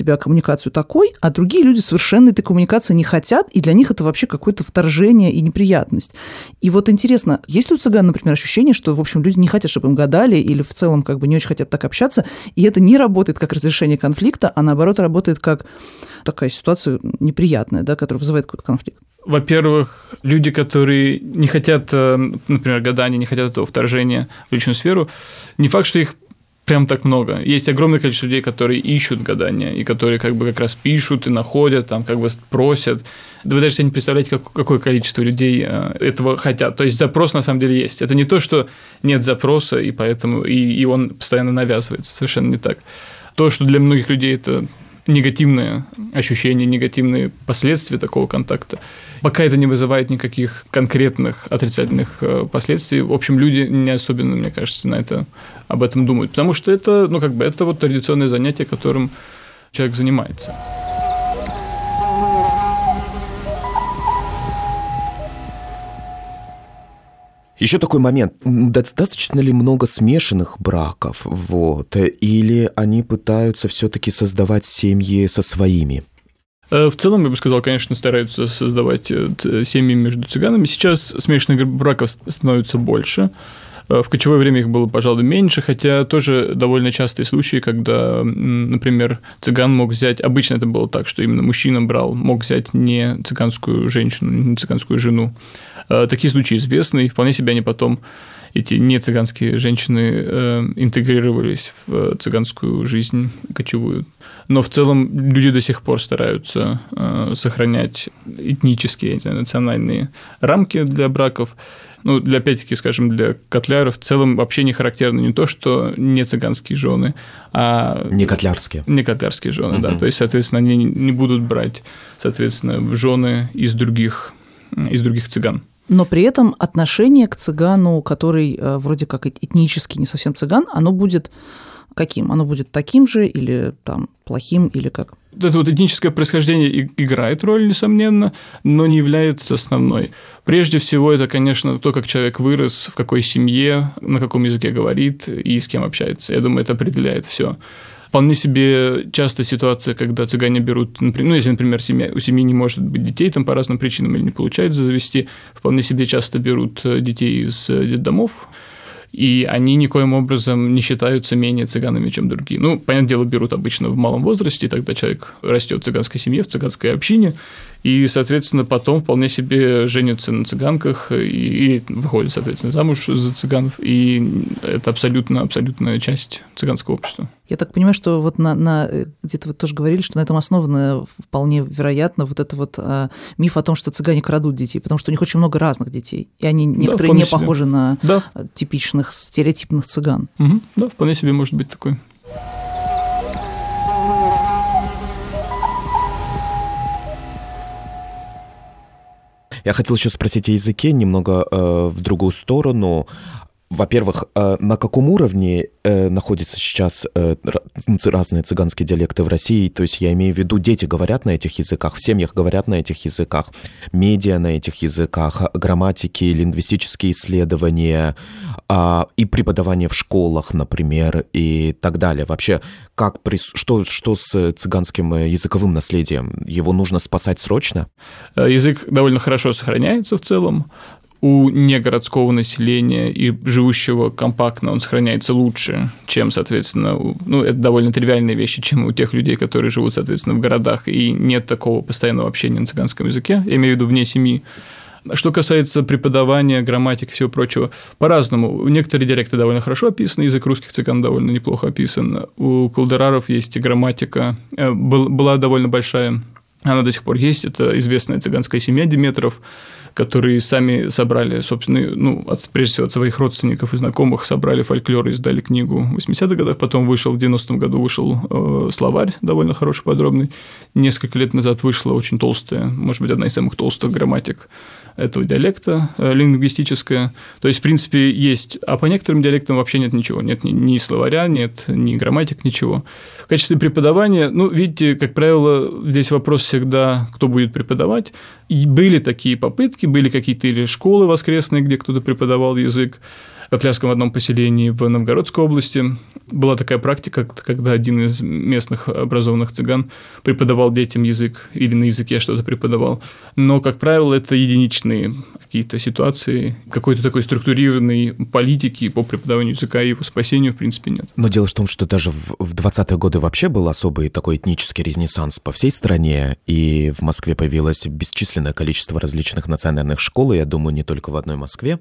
коммуникацию такой, а другие люди совершенно этой коммуникации не хотят, и для них это вообще какое-то вторжение и неприятность. И вот интересно, есть ли у цыган, например, ощущение, что, в общем, люди не хотят, чтобы им гадали, или в целом как бы не очень хотят так общаться, и это не работает как разрешение конфликта, а наоборот работает как такая ситуация неприятная, да, которая вызывает какой-то конфликт? Во-первых, люди, которые не хотят, например, гадания, не хотят этого вторжения в личную сферу, не факт, что их прям так много. Есть огромное количество людей, которые ищут гадания, и которые как бы как раз пишут и находят, там как бы просят. Да вы даже себе не представляете, как, какое количество людей этого хотят. То есть запрос на самом деле есть. Это не то, что нет запроса, и поэтому и, и он постоянно навязывается. Совершенно не так. То, что для многих людей это негативные ощущения, негативные последствия такого контакта. Пока это не вызывает никаких конкретных отрицательных последствий, в общем, люди не особенно, мне кажется, на это, об этом думают. Потому что это, ну, как бы, это вот традиционное занятие, которым человек занимается. Еще такой момент. Достаточно ли много смешанных браков? Вот, или они пытаются все-таки создавать семьи со своими? В целом, я бы сказал, конечно, стараются создавать семьи между цыганами. Сейчас смешанных браков становится больше. В кочевое время их было, пожалуй, меньше, хотя тоже довольно частые случаи, когда, например, цыган мог взять, обычно это было так, что именно мужчина брал, мог взять не цыганскую женщину, не цыганскую жену. Такие случаи известны, и вполне себе они потом, эти не цыганские женщины, интегрировались в цыганскую жизнь кочевую. Но в целом люди до сих пор стараются сохранять этнические, я не знаю, национальные рамки для браков. Ну, для, опять-таки, скажем, для котляров в целом вообще не характерно не то, что не цыганские жены, а... Не котлярские. Не котлярские жены, угу. да. То есть, соответственно, они не будут брать, соответственно, жены из других, из других цыган. Но при этом отношение к цыгану, который вроде как этнически не совсем цыган, оно будет каким? Оно будет таким же или там плохим, или как? Это вот этническое происхождение играет роль, несомненно, но не является основной. Прежде всего, это, конечно, то, как человек вырос, в какой семье, на каком языке говорит и с кем общается. Я думаю, это определяет все. Вполне себе частая ситуация, когда цыгане берут, например, ну, если, например, семья, у семьи не может быть детей там по разным причинам или не получается завести, вполне себе часто берут детей из детдомов, и они никоим образом не считаются менее цыганами, чем другие. Ну, понятное дело, берут обычно в малом возрасте, и тогда человек растет в цыганской семье, в цыганской общине, и, соответственно, потом вполне себе женятся на цыганках и, и выходят, соответственно, замуж за цыганов, и это абсолютно, абсолютная часть цыганского общества. Я так понимаю, что вот на, на где-то вы тоже говорили, что на этом основано вполне вероятно вот это вот а, миф о том, что цыгане крадут детей, потому что у них очень много разных детей, и они некоторые да, не себе. похожи на да. типичных, стереотипных цыган. Угу. Да, вполне себе может быть такой. Я хотел еще спросить о языке немного э, в другую сторону. Во-первых, э, на каком уровне э, находятся сейчас э, разные цыганские диалекты в России? То есть я имею в виду, дети говорят на этих языках, в семьях говорят на этих языках, медиа на этих языках, грамматики, лингвистические исследования э, и преподавание в школах, например, и так далее. Вообще, как, что, что с цыганским языковым наследием? Его нужно спасать срочно? Язык довольно хорошо сохраняется в целом. У негородского населения и живущего компактно он сохраняется лучше, чем, соответственно, у, ну, это довольно тривиальные вещи, чем у тех людей, которые живут, соответственно, в городах, и нет такого постоянного общения на цыганском языке, я имею в виду вне семьи. Что касается преподавания, грамматики и всего прочего, по-разному. Некоторые диалекты довольно хорошо описаны, язык русских цыган довольно неплохо описан. У калдераров есть и грамматика, была довольно большая, она до сих пор есть, это известная цыганская семья Диметров, которые сами собрали, собственно, ну, от, прежде всего, от своих родственников и знакомых, собрали фольклор и издали книгу в восьмидесятых годах, потом вышел, в девяностом году вышел э, словарь, довольно хороший, подробный, несколько лет назад вышла очень толстая, может быть, одна из самых толстых грамматик этого диалекта лингвистическое. То есть, в принципе, есть, а по некоторым диалектам вообще нет ничего. Нет ни, ни словаря, нет ни грамматик, ничего. В качестве преподавания, ну, видите, как правило, здесь вопрос всегда, кто будет преподавать. И были такие попытки, были какие-то или школы воскресные, где кто-то преподавал язык. В Котлярском одном поселении в Новгородской области была такая практика, когда один из местных образованных цыган преподавал детям язык или на языке что-то преподавал. Но, как правило, это единичные какие-то ситуации. Какой-то такой структурированной политики по преподаванию языка и его спасению, в принципе, нет. Но дело в том, что даже в двадцатые годы вообще был особый такой этнический ренессанс по всей стране, и в Москве появилось бесчисленное количество различных национальных школ, я думаю, не только в одной Москве.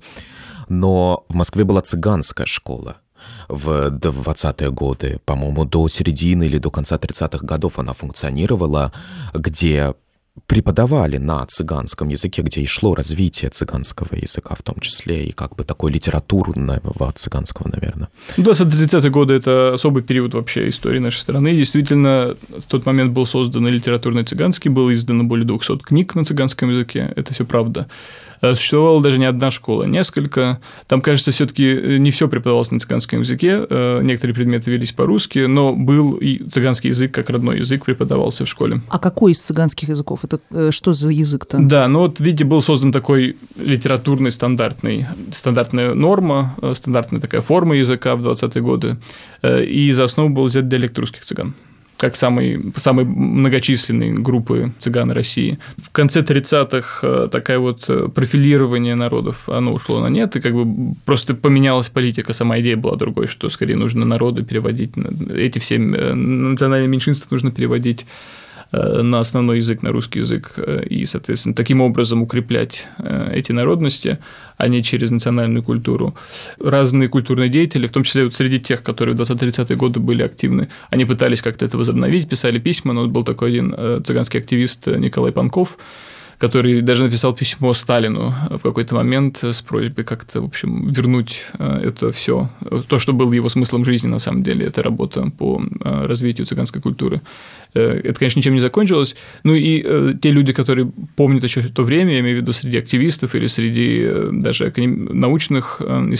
Но в Москве была цыганская школа в двадцатые годы, по-моему, до середины или до конца тридцатых годов она функционировала, где преподавали на цыганском языке, где и шло развитие цыганского языка в том числе, и как бы такой литературного цыганского, наверное. двадцатые-тридцатые годы – это особый период вообще истории нашей страны. Действительно, в тот момент был создан литературный цыганский, было издано более двухсот книг на цыганском языке, это все правда. Существовала даже не одна школа, несколько. Там, кажется, все-таки не все преподавалось на цыганском языке, некоторые предметы велись по-русски, но был и цыганский язык как родной язык преподавался в школе. А какой из цыганских языков? Это что за язык-то? Да, ну вот, видите, был создан такой литературный стандартный, стандартная норма, стандартная такая форма языка в двадцатые годы, и за основу был взят диалект русских цыган как самой, самой многочисленной группы цыган России. В конце тридцатых такое вот профилирование народов, оно ушло на нет, и как бы просто поменялась политика, сама идея была другой, что скорее нужно народы переводить, эти все национальные меньшинства нужно переводить на основной язык, на русский язык, и, соответственно, таким образом укреплять эти народности, а не через национальную культуру. Разные культурные деятели, в том числе вот среди тех, которые в двадцатые-тридцатые годы были активны, они пытались как-то это возобновить, писали письма, но вот был такой один цыганский активист Николай Панков, который даже написал письмо Сталину в какой-то момент с просьбой как-то, в общем, вернуть это все, то, что было его смыслом жизни, на самом деле, это работа по развитию цыганской культуры. Это, конечно, ничем не закончилось. Ну и те люди, которые помнят еще то время, я имею в виду среди активистов или среди даже научных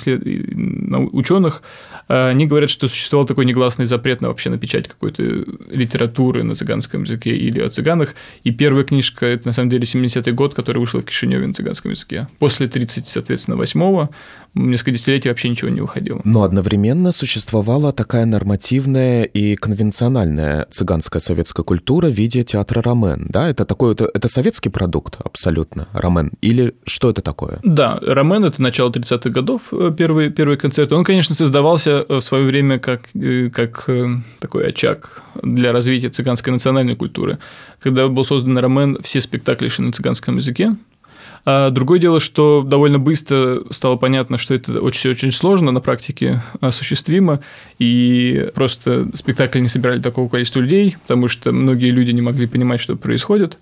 ученых, они говорят, что существовал такой негласный запрет на вообще на печать какой-то литературы на цыганском языке или о цыганах. И первая книжка – это, на самом деле, семидесятый год, который вышел в Кишиневе на цыганском языке. После тридцать, соответственно, восьмого несколько десятилетий вообще ничего не выходило. Но одновременно существовала такая нормативная и конвенциональная цыганская советская культура в виде театра «Ромен», да? Это такой, это, это советский продукт абсолютно, «Ромен», или что это такое? Да, «Ромен» — это начало тридцатых годов, первый, первый концерт. Он, конечно, создавался в свое время как, как такой очаг для развития цыганской национальной культуры. Когда был создан «Ромен», все спектакли шли на цыганском языке. А другое дело, что довольно быстро стало понятно, что это очень-очень сложно на практике осуществимо, и просто спектакли не собирали такого количества людей, потому что многие люди не могли понимать, что происходит.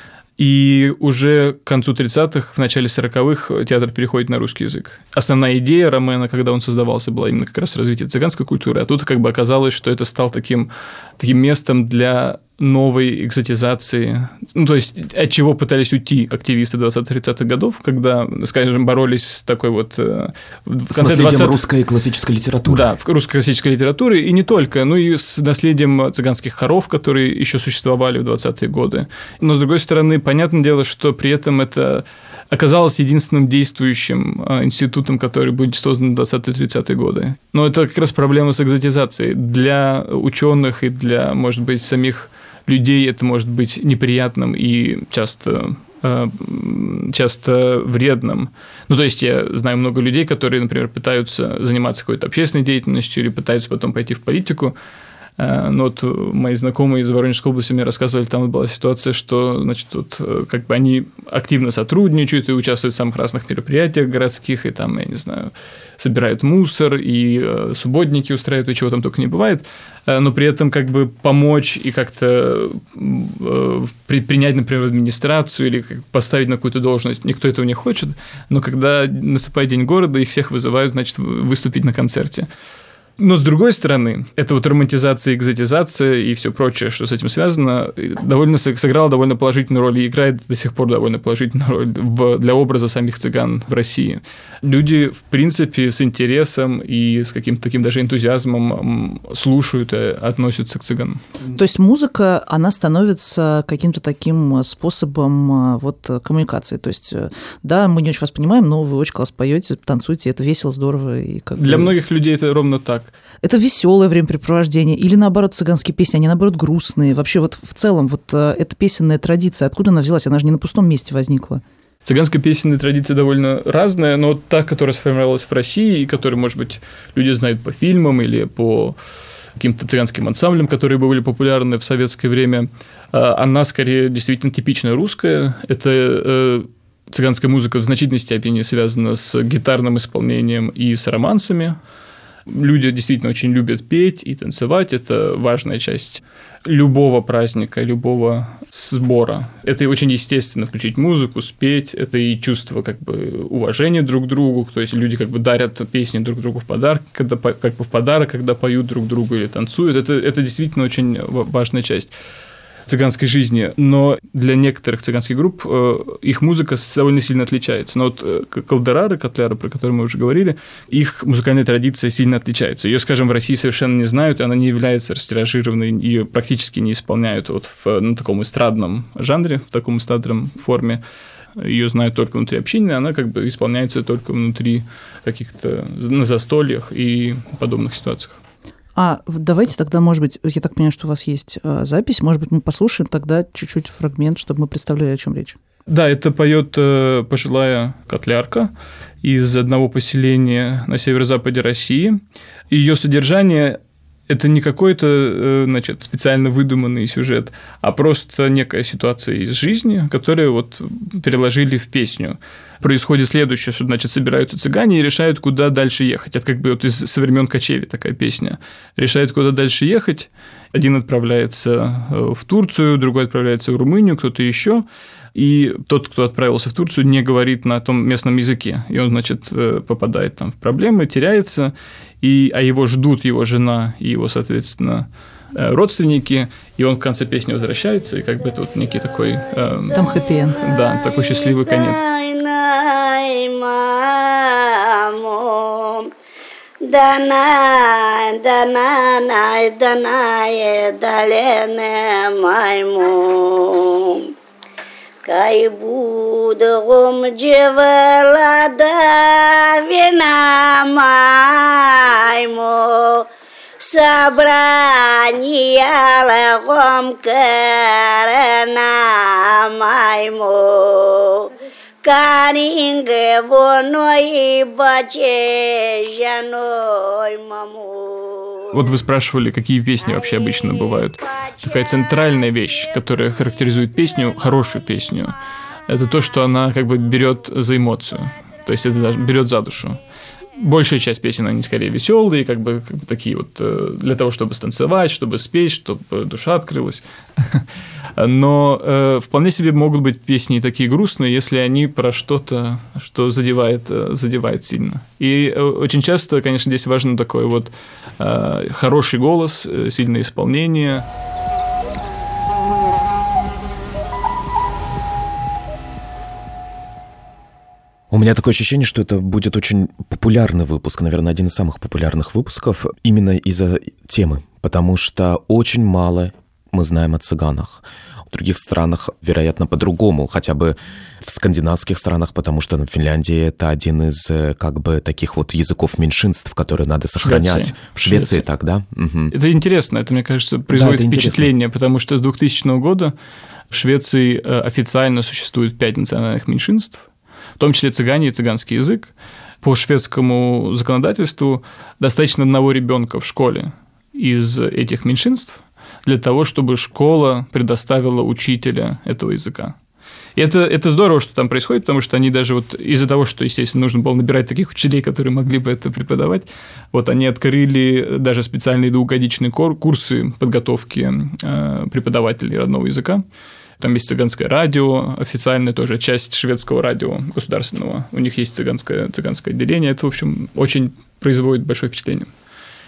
И уже к концу тридцатых, в начале сороковых театр переходит на русский язык. Основная идея «Ромена», когда он создавался, была именно как раз развитие цыганской культуры, а тут как бы оказалось, что это стал таким, таким местом для новой экзотизации, ну, то есть от чего пытались уйти активисты двадцатых-тридцатых годов, когда, скажем, боролись с такой вот... В конце с наследием двадцатых... русской классической литературы. Да, русской классической литературы, и не только, но и с наследием цыганских хоров, которые еще существовали в двадцатые годы. Но, с другой стороны, понятное дело, что при этом это оказалось единственным действующим институтом, который будет создан в двадцатые-тридцатые годы. Но это как раз проблема с экзотизацией. Для ученых и для, может быть, самих людей это может быть неприятным и часто, часто вредным. Ну, то есть, я знаю много людей, которые, например, пытаются заниматься какой-то общественной деятельностью или пытаются потом пойти в политику. Но вот мои знакомые из Воронежской области мне рассказывали, там была ситуация, что, значит, вот, как бы они активно сотрудничают и участвуют в самых разных мероприятиях городских, и там, я не знаю, собирают мусор, и субботники устраивают, и чего там только не бывает, но при этом как бы помочь и как-то принять, например, администрацию или поставить на какую-то должность, никто этого не хочет, но когда наступает День города, их всех вызывают, значит, выступить на концерте. Но, с другой стороны, эта вот романтизация, экзотизация и все прочее, что с этим связано, довольно сыграла довольно положительную роль и играет до сих пор довольно положительную роль в, для образа самих цыган в России. Люди, в принципе, с интересом и с каким-то таким даже энтузиазмом слушают и относятся к цыганам. То есть музыка, она становится каким-то таким способом вот, коммуникации. То есть, да, мы не очень вас понимаем, но вы очень классно поете, танцуете, это весело, здорово. И как Для бы... многих людей это ровно так. Это веселое времяпрепровождение, или наоборот цыганские песни, они наоборот грустные. Вообще вот в целом вот эта песенная традиция, откуда она взялась? Она же не на пустом месте возникла. Цыганская песенная традиция довольно разная, но та, которая сформировалась в России, и которую, может быть, люди знают по фильмам или по каким-то цыганским ансамблям, которые были популярны в советское время, она скорее действительно типично русская. Это цыганская музыка в значительной степени связана с гитарным исполнением и с романсами. Люди действительно очень любят петь и танцевать, это важная часть любого праздника, любого сбора. Это очень естественно включить музыку, спеть, это и чувство как бы уважения друг к другу, то есть люди как бы дарят песни друг другу в подарок, когда, как бы в подарок, когда поют друг другу или танцуют, это, это действительно очень важная часть цыганской жизни, но для некоторых цыганских групп их музыка довольно сильно отличается. Но вот калдерары, котляры, про которые мы уже говорили, их музыкальная традиция сильно отличается. Ее, скажем, в России совершенно не знают, и она не является растиражированной, ее практически не исполняют вот в на таком эстрадном жанре, в таком эстрадном форме. Ее знают только внутри общины, она как бы исполняется только внутри каких-то на застольях и подобных ситуациях. А давайте тогда, может быть, я так понимаю, что у вас есть запись, может быть, мы послушаем тогда чуть-чуть фрагмент, чтобы мы представляли, о чем речь. Да, это поет пожилая котлярка из одного поселения на северо-западе России. Ее содержание – это не какой-то, значит, специально выдуманный сюжет, а просто некая ситуация из жизни, которую вот переложили в песню. Происходит следующее, что, значит, собираются цыгане и решают, куда дальше ехать. Это как бы вот из со времен кочевья такая песня. Решают, куда дальше ехать. Один отправляется в Турцию, другой отправляется в Румынию, кто-то еще. И тот, кто отправился в Турцию, не говорит на том местном языке. И он, значит, попадает там в проблемы, теряется, и, а его ждут его жена и его, соответственно, родственники, и он в конце песни возвращается, и как бы это вот некий такой... Э, там хэппи-энд. Да, такой счастливый конец. Данай, данай, данай, далене майму. Кай будгум джевелада вина майму. Собрание легом керена майму. Каринге воной баче жаной маму. Вот вы спрашивали, какие песни вообще обычно бывают. Такая центральная вещь, которая характеризует песню, хорошую песню, это то, что она как бы берет за эмоцию, то есть это берет за душу. Большая часть песен, они скорее веселые, как бы, как бы такие вот для того, чтобы станцевать, чтобы спеть, чтобы душа открылась. Но э, вполне себе могут быть песни такие грустные, если они про что-то, что задевает, задевает сильно. И очень часто, конечно, здесь важен такой вот э, хороший голос, сильное исполнение. У меня такое ощущение, что это будет очень популярный выпуск, наверное, один из самых популярных выпусков именно из-за темы, потому что очень мало мы знаем о цыганах. В других странах, вероятно, по-другому, хотя бы в скандинавских странах, потому что в Финляндии это один из как бы таких вот языков меньшинств, которые надо сохранять. Швеции. В Швеции, Швеции. Так, да? Угу. Это интересно, это, мне кажется, производит да, впечатление, интересно. Потому что с двухтысячного года в Швеции официально существует пять национальных меньшинств, в том числе цыгане и цыганский язык. По шведскому законодательству достаточно одного ребенка в школе из этих меньшинств для того, чтобы школа предоставила учителя этого языка. И это, это здорово, что там происходит, потому что они даже вот из-за того, что, естественно, нужно было набирать таких учителей, которые могли бы это преподавать, вот они открыли даже специальные двухгодичные курсы подготовки преподавателей родного языка. Там есть цыганское радио, официальная тоже часть шведского радио государственного. У них есть цыганское, цыганское отделение. Это, в общем, очень производит большое впечатление.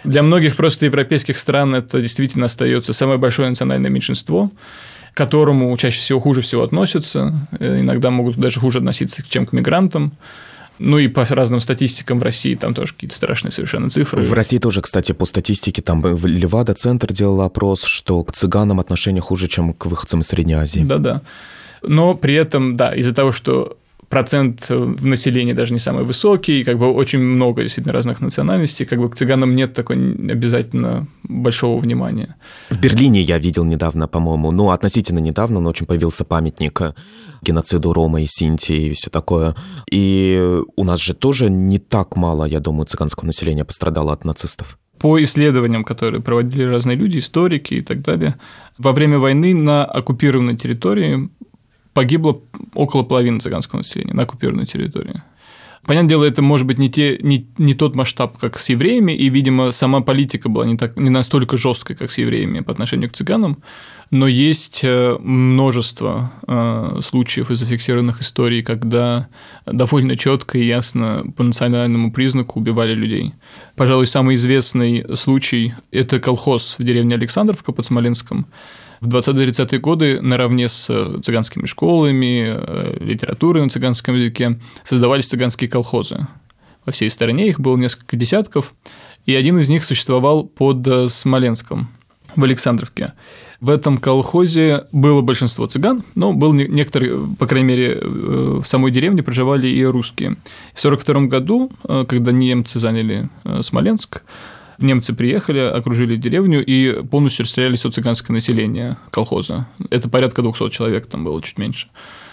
Для многих просто европейских стран это действительно остается самое большое национальное меньшинство, к которому чаще всего хуже всего относятся, иногда могут даже хуже относиться, чем к мигрантам. Ну и по разным статистикам в России там тоже какие-то страшные совершенно цифры. В России тоже, кстати, по статистике, там Левада-центр делал опрос, что к цыганам отношение хуже, чем к выходцам из Средней Азии. Да-да. Но при этом, да, из-за того, что процент населения даже не самый высокий, как бы очень много действительно разных национальностей, как бы к цыганам нет такой обязательно большого внимания. В Берлине я видел недавно, по-моему, ну, относительно недавно, но очень появился памятник геноциду Рома и Синтии и все такое. И у нас же тоже не так мало, я думаю, цыганского населения пострадало от нацистов. По исследованиям, которые проводили разные люди, историки и так далее, во время войны на оккупированной территории погибло около половины цыганского населения на оккупированной территории. Понятное дело, это может быть не, те, не, не тот масштаб, как с евреями, и, видимо, сама политика была не, так, не настолько жесткой, как с евреями по отношению к цыганам, но есть множество э, случаев и зафиксированных историй, когда довольно четко и ясно по национальному признаку убивали людей. Пожалуй, самый известный случай – это колхоз в деревне Александровка под Смоленском. В двадцатые-тридцатые годы наравне с цыганскими школами, литературой на цыганском языке создавались цыганские колхозы. Во всей стране их было несколько десятков, и один из них существовал под Смоленском, в Александровке. В этом колхозе было большинство цыган, но был некоторые, по крайней мере, в самой деревне проживали и русские. В сорок втором году, когда немцы заняли Смоленск, немцы приехали, окружили деревню и полностью расстреляли все цыганское население колхоза. Это порядка двухсот человек, там было чуть меньше.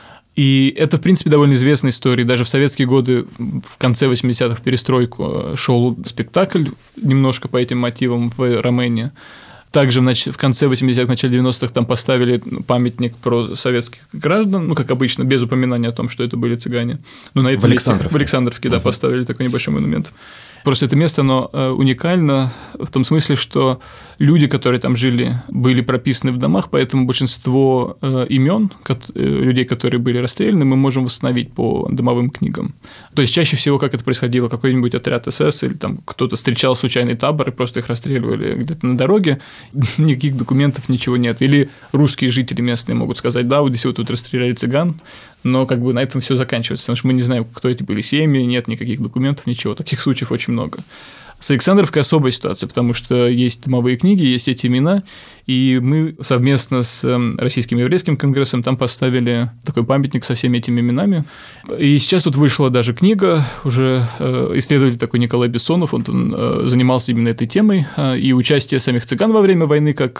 И это, в принципе, довольно известная история. Даже в советские годы, в конце восьмидесятых, перестройку, шел спектакль немножко по этим мотивам в Ромении. Также в конце восьмидесятых, начале девяностых там поставили памятник про советских граждан, ну, как обычно, без упоминания о том, что это были цыгане. Ну, на этом в Александровке. Месте, в Александровке, да, uh-huh. поставили такой небольшой монумент. Просто это место, оно уникально в том смысле, что люди, которые там жили, были прописаны в домах, поэтому большинство имен людей, которые были расстреляны, мы можем восстановить по домовым книгам. То есть чаще всего, как это происходило, какой-нибудь отряд эс эс или там кто-то встречал случайный табор и просто их расстреливали где-то на дороге, никаких документов, ничего нет. Или русские жители местные могут сказать: да, вот здесь вот тут расстреляли цыган, но как бы на этом все заканчивается, потому что мы не знаем, кто эти были семьи, нет никаких документов, ничего. Таких случаев очень много. С Александровкой особая ситуация, потому что есть домовые книги, есть эти имена, и мы совместно с Российским еврейским конгрессом там поставили такой памятник со всеми этими именами. И сейчас тут вышла даже книга, уже исследователь такой Николай Бессонов, он, он занимался именно этой темой, и участие самих цыган во время войны как,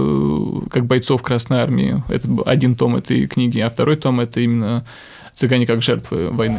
как бойцов Красной Армии. Это один том этой книги, а второй том – это именно цыгане как жертвы войны.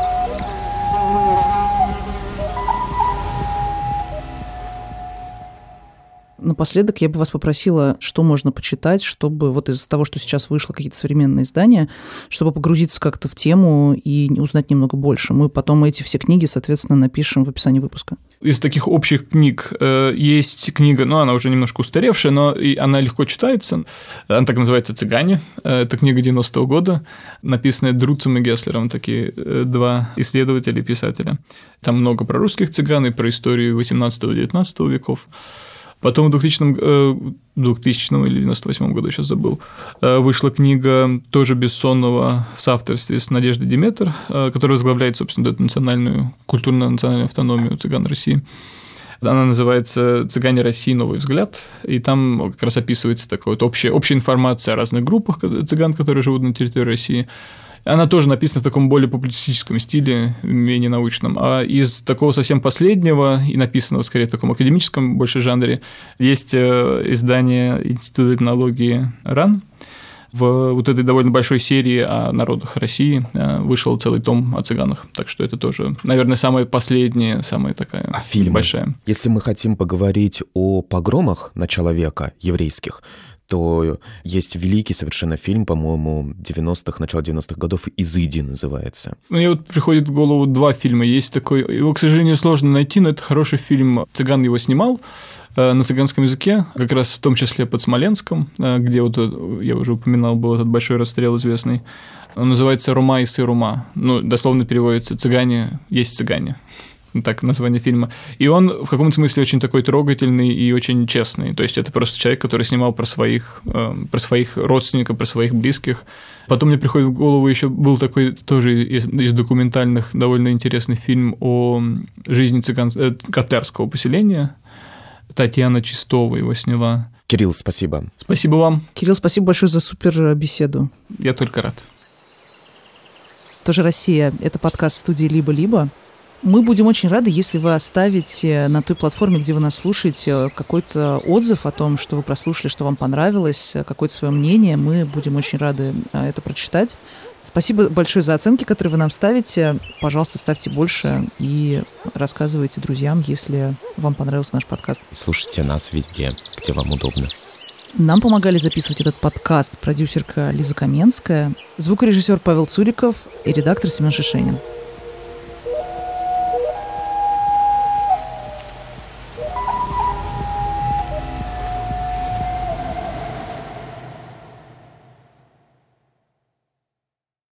Напоследок я бы вас попросила, что можно почитать, чтобы вот из-за того, что сейчас вышло какие-то современные издания, чтобы погрузиться как-то в тему и узнать немного больше. Мы потом эти все книги, соответственно, напишем в описании выпуска. Из таких общих книг э, есть книга, ну, она уже немножко устаревшая, но и она легко читается. Она так называется «Цыгане». Это книга девяностого года, написанная Друцем и Гесслером, такие э, два исследователя и писателя. Там много про русских цыган и про историю восемнадцатого-девятнадцатого веков. Потом в двухтысячном, двухтысячном или девяносто восьмом году, сейчас забыл, вышла книга тоже Бессонова в соавторстве с Надеждой Деметр, которая возглавляет, собственно, эту национальную, культурно-национальную автономию цыган России. Она называется «Цыгане России. Новый взгляд», и там как раз описывается такая вот общая, общая информация о разных группах цыган, которые живут на территории России. Она тоже написана в таком более публицистическом стиле, менее научном. А из такого совсем последнего и написанного, скорее, в таком академическом больше жанре, есть издание Института этнологии РАН. В вот этой довольно большой серии о народах России вышел целый том о цыганах. Так что это тоже, наверное, самая последняя, самая такая а фильмы? большая. Если мы хотим поговорить о погромах на человека еврейских, то есть великий совершенно фильм, по-моему, девяностых, начало девяностых годов, «Изыди» называется. Мне вот приходит в голову два фильма. Есть такой, его, к сожалению, сложно найти, но это хороший фильм. Цыган его снимал на цыганском языке, как раз в том числе под Смоленском, где вот, я уже упоминал, был этот большой расстрел известный. Он называется «Рума и сы Рума». Ну, дословно переводится «Цыгане есть цыгане». так название фильма. И он в каком-то смысле очень такой трогательный и очень честный. То есть это просто человек, который снимал про своих, э, про своих родственников, про своих близких. Потом мне приходит в голову еще был такой тоже из, из документальных довольно интересный фильм о жизни цыган... э, татарского поселения. Татьяна Чистова его сняла. Кирилл, спасибо. Спасибо вам. Кирилл, спасибо большое за супер беседу. Я только рад. Тоже Россия. Это подкаст студии «Либо-либо». Мы будем очень рады, если вы оставите на той платформе, где вы нас слушаете, какой-то отзыв о том, что вы прослушали, что вам понравилось, какое-то свое мнение. Мы будем очень рады это прочитать. Спасибо большое за оценки, которые вы нам ставите. Пожалуйста, ставьте больше и рассказывайте друзьям, если вам понравился наш подкаст. Слушайте нас везде, где вам удобно. Нам помогали записывать этот подкаст продюсерка Лиза Каменская, звукорежиссер Павел Цуриков и редактор Семен Шишенин.